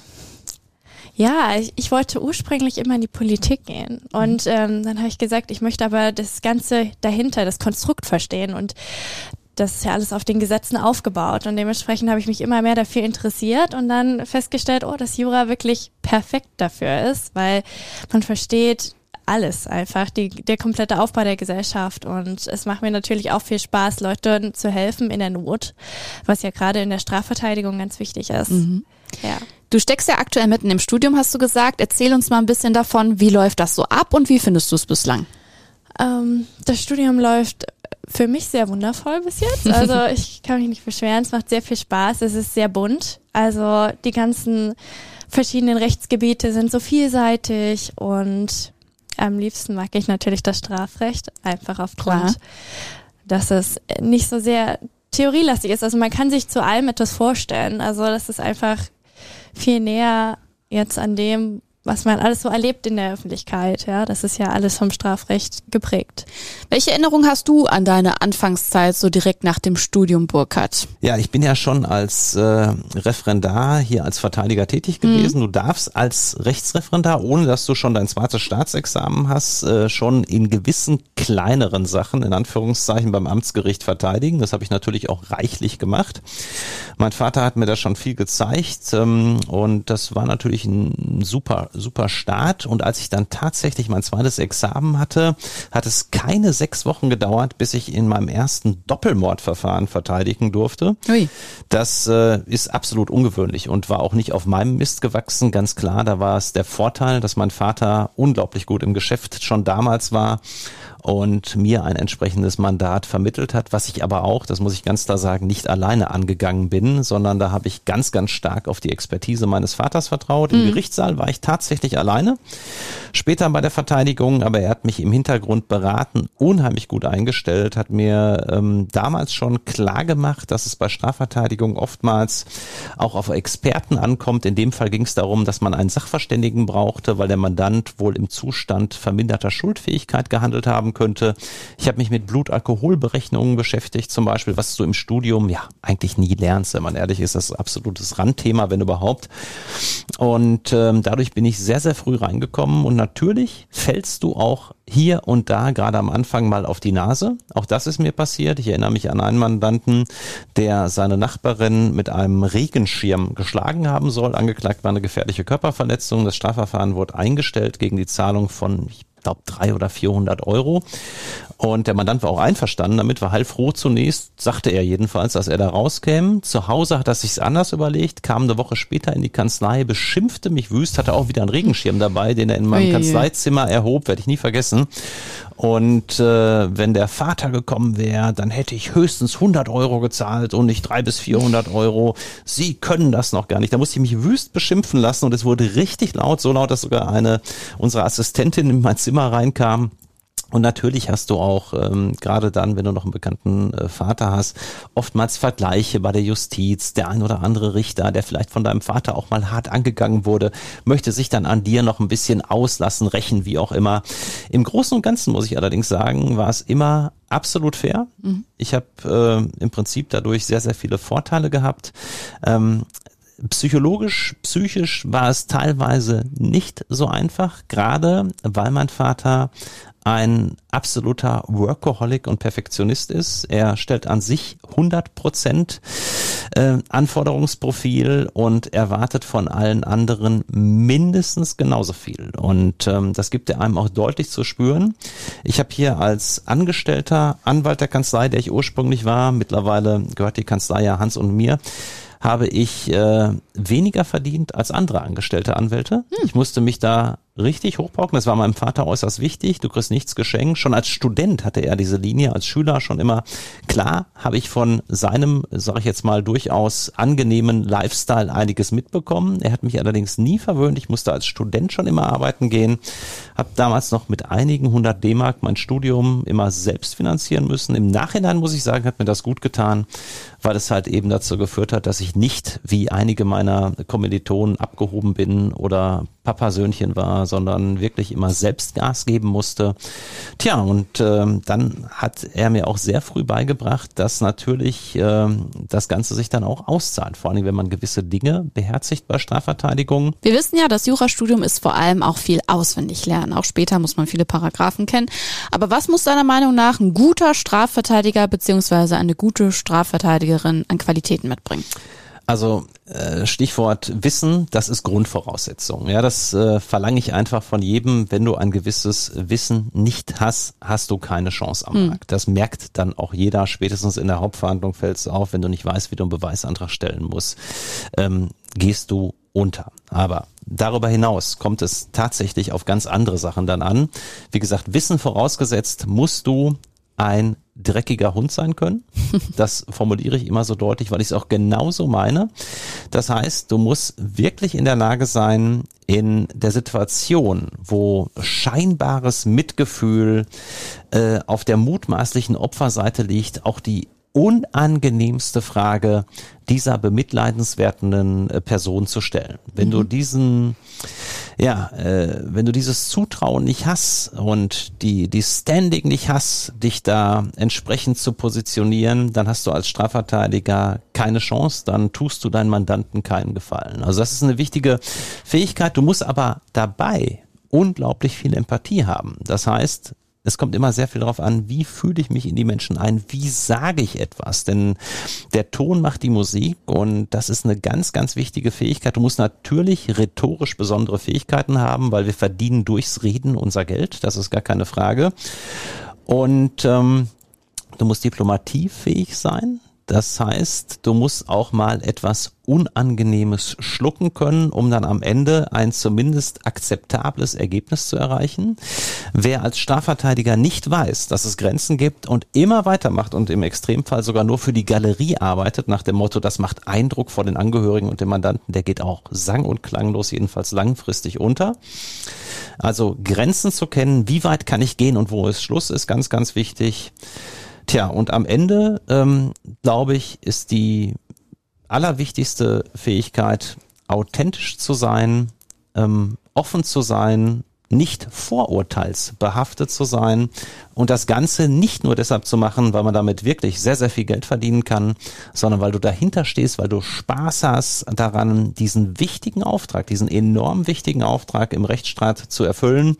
ja, ich, ich wollte ursprünglich immer in die Politik gehen und ähm, dann habe ich gesagt, ich möchte aber das Ganze dahinter, das Konstrukt verstehen und das ist ja alles auf den Gesetzen aufgebaut und dementsprechend habe ich mich immer mehr dafür interessiert und dann festgestellt, oh, dass Jura wirklich perfekt dafür ist, weil man versteht alles einfach, die, der komplette Aufbau der Gesellschaft und es macht mir natürlich auch viel Spaß, Leuten zu helfen in der Not, was ja gerade in der Strafverteidigung ganz wichtig ist. Mhm. Ja. Du steckst ja aktuell mitten im Studium, hast du gesagt. Erzähl uns mal ein bisschen davon, wie läuft das so ab und wie findest du es bislang? Ähm, das Studium läuft für mich sehr wundervoll bis jetzt. Also ich kann mich nicht beschweren, es macht sehr viel Spaß, es ist sehr bunt. Also die ganzen verschiedenen Rechtsgebiete sind so vielseitig und am liebsten mag ich natürlich das Strafrecht, einfach aufgrund, Klar. dass es nicht so sehr theorielastig ist. Also man kann sich zu allem etwas vorstellen. Also das ist einfach viel näher jetzt an dem, was man alles so erlebt in der Öffentlichkeit. Ja, das ist ja alles vom Strafrecht geprägt. Welche Erinnerung hast du an deine Anfangszeit so direkt nach dem Studium, Burkhard? Ja, ich bin ja schon als äh, Referendar hier als Verteidiger tätig gewesen. Mhm. Du darfst als Rechtsreferendar, ohne dass du schon dein zweites Staatsexamen hast, äh, schon in gewissen kleineren Sachen, in Anführungszeichen, beim Amtsgericht verteidigen. Das habe ich natürlich auch reichlich gemacht. Mein Vater hat mir da schon viel gezeigt ähm, und das war natürlich ein super super Start und als ich dann tatsächlich mein zweites Examen hatte, hat es keine sechs Wochen gedauert, bis ich in meinem ersten Doppelmordverfahren verteidigen durfte. Ui. Das äh, ist absolut ungewöhnlich und war auch nicht auf meinem Mist gewachsen, ganz klar. Da war es der Vorteil, dass mein Vater unglaublich gut im Geschäft schon damals war und mir ein entsprechendes Mandat vermittelt hat, was ich aber auch, das muss ich ganz klar sagen, nicht alleine angegangen bin, sondern da habe ich ganz, ganz stark auf die Expertise meines Vaters vertraut. Im mhm. Gerichtssaal war ich tatsächlich alleine, später bei der Verteidigung, aber er hat mich im Hintergrund beraten, unheimlich gut eingestellt, hat mir ähm, damals schon klar gemacht, dass es bei Strafverteidigung oftmals auch auf Experten ankommt. In dem Fall ging es darum, dass man einen Sachverständigen brauchte, weil der Mandant wohl im Zustand verminderter Schuldfähigkeit gehandelt haben könnte. Ich habe mich mit Blutalkoholberechnungen beschäftigt, zum Beispiel, was du im Studium ja eigentlich nie lernst, wenn man ehrlich ist, das ist ein absolutes Randthema, wenn überhaupt. Und ähm, dadurch bin ich sehr, sehr früh reingekommen und natürlich fällst du auch hier und da gerade am Anfang mal auf die Nase. Auch das ist mir passiert. Ich erinnere mich an einen Mandanten, der seine Nachbarin mit einem Regenschirm geschlagen haben soll. Angeklagt war eine gefährliche Körperverletzung. Das Strafverfahren wurde eingestellt gegen die Zahlung von, ich glaube, drei oder vierhundert Euro. Und der Mandant war auch einverstanden damit, war heilfroh zunächst, sagte er jedenfalls, dass er da rauskäme. Zu Hause hat er sich's anders überlegt, kam eine Woche später in die Kanzlei, beschimpfte mich wüst, hatte auch wieder einen Regenschirm dabei, den er in meinem Oje. Kanzleizimmer erhob, werde ich nie vergessen. Und äh, wenn der Vater gekommen wäre, dann hätte ich höchstens hundert Euro gezahlt und nicht dreihundert bis vierhundert Euro. Sie können das noch gar nicht. Da musste ich mich wüst beschimpfen lassen und es wurde richtig laut, so laut, dass sogar eine unserer Assistentinnen in mein Zimmer reinkam. Und natürlich hast du auch, ähm, gerade dann, wenn du noch einen bekannten äh, Vater hast, oftmals Vergleiche bei der Justiz. Der ein oder andere Richter, der vielleicht von deinem Vater auch mal hart angegangen wurde, möchte sich dann an dir noch ein bisschen auslassen, rächen, wie auch immer. Im Großen und Ganzen muss ich allerdings sagen, war es immer absolut fair. Mhm. Ich habe äh, im Prinzip dadurch sehr, sehr viele Vorteile gehabt. Ähm, Psychologisch, psychisch war es teilweise nicht so einfach, gerade weil mein Vater ein absoluter Workaholic und Perfektionist ist. Er stellt an sich hundert Prozent äh, Anforderungsprofil und erwartet von allen anderen mindestens genauso viel. Und ähm, das gibt er einem auch deutlich zu spüren. Ich habe hier als Angestellter Anwalt der Kanzlei, der ich ursprünglich war, mittlerweile gehört die Kanzlei ja Hans und mir, habe ich äh, weniger verdient als andere angestellte Anwälte. Hm. Ich musste mich da richtig hochpauken. Das war meinem Vater äußerst wichtig. Du kriegst nichts geschenkt. Schon als Student hatte er diese Linie, als Schüler schon immer. Klar habe ich von seinem, sage ich jetzt mal, durchaus angenehmen Lifestyle einiges mitbekommen. Er hat mich allerdings nie verwöhnt. Ich musste als Student schon immer arbeiten gehen. Habe damals noch mit einigen hundert D-Mark mein Studium immer selbst finanzieren müssen. Im Nachhinein muss ich sagen, hat mir das gut getan, weil es halt eben dazu geführt hat, dass ich nicht wie einige meiner Kommilitonen abgehoben bin oder Papasöhnchen war, sondern wirklich immer selbst Gas geben musste. Tja, und äh, dann hat er mir auch sehr früh beigebracht, dass natürlich äh, das Ganze sich dann auch auszahlt, vor allem wenn man gewisse Dinge beherzigt bei Strafverteidigung. Wir wissen ja, das Jurastudium ist vor allem auch viel auswendig lernen. Auch später muss man viele Paragraphen kennen. Aber was muss deiner Meinung nach ein guter Strafverteidiger bzw. eine gute Strafverteidigerin an Qualitäten mitbringen? Also äh, Stichwort Wissen, das ist Grundvoraussetzung. Ja, das äh, verlange ich einfach von jedem. Wenn du ein gewisses Wissen nicht hast, hast du keine Chance am Markt. Das merkt dann auch jeder. Spätestens in der Hauptverhandlung fällt es auf, wenn du nicht weißt, wie du einen Beweisantrag stellen musst, ähm, gehst du unter. Aber darüber hinaus kommt es tatsächlich auf ganz andere Sachen dann an. Wie gesagt, Wissen vorausgesetzt, musst du ein dreckiger Hund sein können. Das formuliere ich immer so deutlich, weil ich es auch genauso meine. Das heißt, du musst wirklich in der Lage sein, in der Situation, wo scheinbares Mitgefühl äh, auf der mutmaßlichen Opferseite liegt, auch die unangenehmste Frage dieser bemitleidenswerten äh, Person zu stellen. Wenn mhm. du diesen, ja, äh, wenn du dieses Zutrauen nicht hast und die die Standing nicht hast, dich da entsprechend zu positionieren, dann hast du als Strafverteidiger keine Chance, dann tust du deinen Mandanten keinen Gefallen. Also das ist eine wichtige Fähigkeit. Du musst aber dabei unglaublich viel Empathie haben. Das heißt, es kommt immer sehr viel darauf an, wie fühle ich mich in die Menschen ein, wie sage ich etwas, denn der Ton macht die Musik und das ist eine ganz, ganz wichtige Fähigkeit. Du musst natürlich rhetorisch besondere Fähigkeiten haben, weil wir verdienen durchs Reden unser Geld, das ist gar keine Frage. Und ähm, du musst diplomatiefähig sein. Das heißt, du musst auch mal etwas Unangenehmes schlucken können, um dann am Ende ein zumindest akzeptables Ergebnis zu erreichen. Wer als Strafverteidiger nicht weiß, dass es Grenzen gibt und immer weitermacht und im Extremfall sogar nur für die Galerie arbeitet, nach dem Motto, das macht Eindruck vor den Angehörigen und dem Mandanten, der geht auch sang- und klanglos, jedenfalls langfristig unter. Also Grenzen zu kennen, wie weit kann ich gehen und wo ist Schluss, ist ganz, ganz wichtig. Tja, und am Ende, ähm, glaube ich, ist die allerwichtigste Fähigkeit, authentisch zu sein, ähm, offen zu sein, nicht vorurteilsbehaftet zu sein und das Ganze nicht nur deshalb zu machen, weil man damit wirklich sehr, sehr viel Geld verdienen kann, sondern weil du dahinter stehst, weil du Spaß hast daran, diesen wichtigen Auftrag, diesen enorm wichtigen Auftrag im Rechtsstaat zu erfüllen.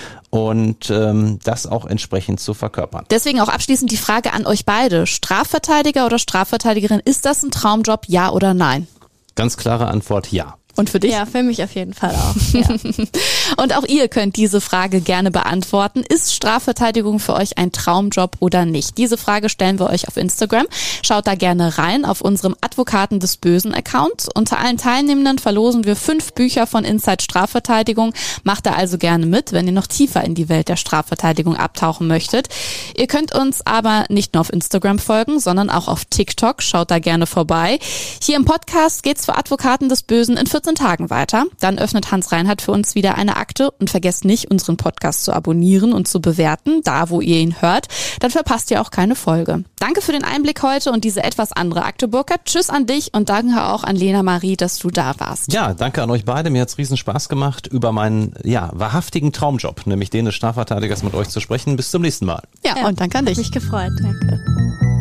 Und ähm, das auch entsprechend zu verkörpern. Deswegen auch abschließend die Frage an euch beide. Strafverteidiger oder Strafverteidigerin, ist das ein Traumjob, ja oder nein? Ganz klare Antwort, ja. Und für dich? Ja, für mich auf jeden Fall auch. Ja. Und auch ihr könnt diese Frage gerne beantworten. Ist Strafverteidigung für euch ein Traumjob oder nicht? Diese Frage stellen wir euch auf Instagram. Schaut da gerne rein auf unserem Advokaten des Bösen Account. Unter allen Teilnehmenden verlosen wir fünf Bücher von Inside Strafverteidigung. Macht da also gerne mit, wenn ihr noch tiefer in die Welt der Strafverteidigung abtauchen möchtet. Ihr könnt uns aber nicht nur auf Instagram folgen, sondern auch auf TikTok. Schaut da gerne vorbei. Hier im Podcast geht's für Advokaten des Bösen in vierzig vierzehn Tagen weiter. Dann öffnet Hans Reinhardt für uns wieder eine Akte und vergesst nicht, unseren Podcast zu abonnieren und zu bewerten, da wo ihr ihn hört. Dann verpasst ihr auch keine Folge. Danke für den Einblick heute und diese etwas andere Akte, Burkhard. Tschüss an dich und danke auch an Lena Marie, dass du da warst. Ja, danke an euch beide. Mir hat's riesen Spaß gemacht, über meinen ja wahrhaftigen Traumjob, nämlich den des Strafverteidigers, mit euch zu sprechen. Bis zum nächsten Mal. Ja, ja, und danke an dich. Mich gefreut, danke.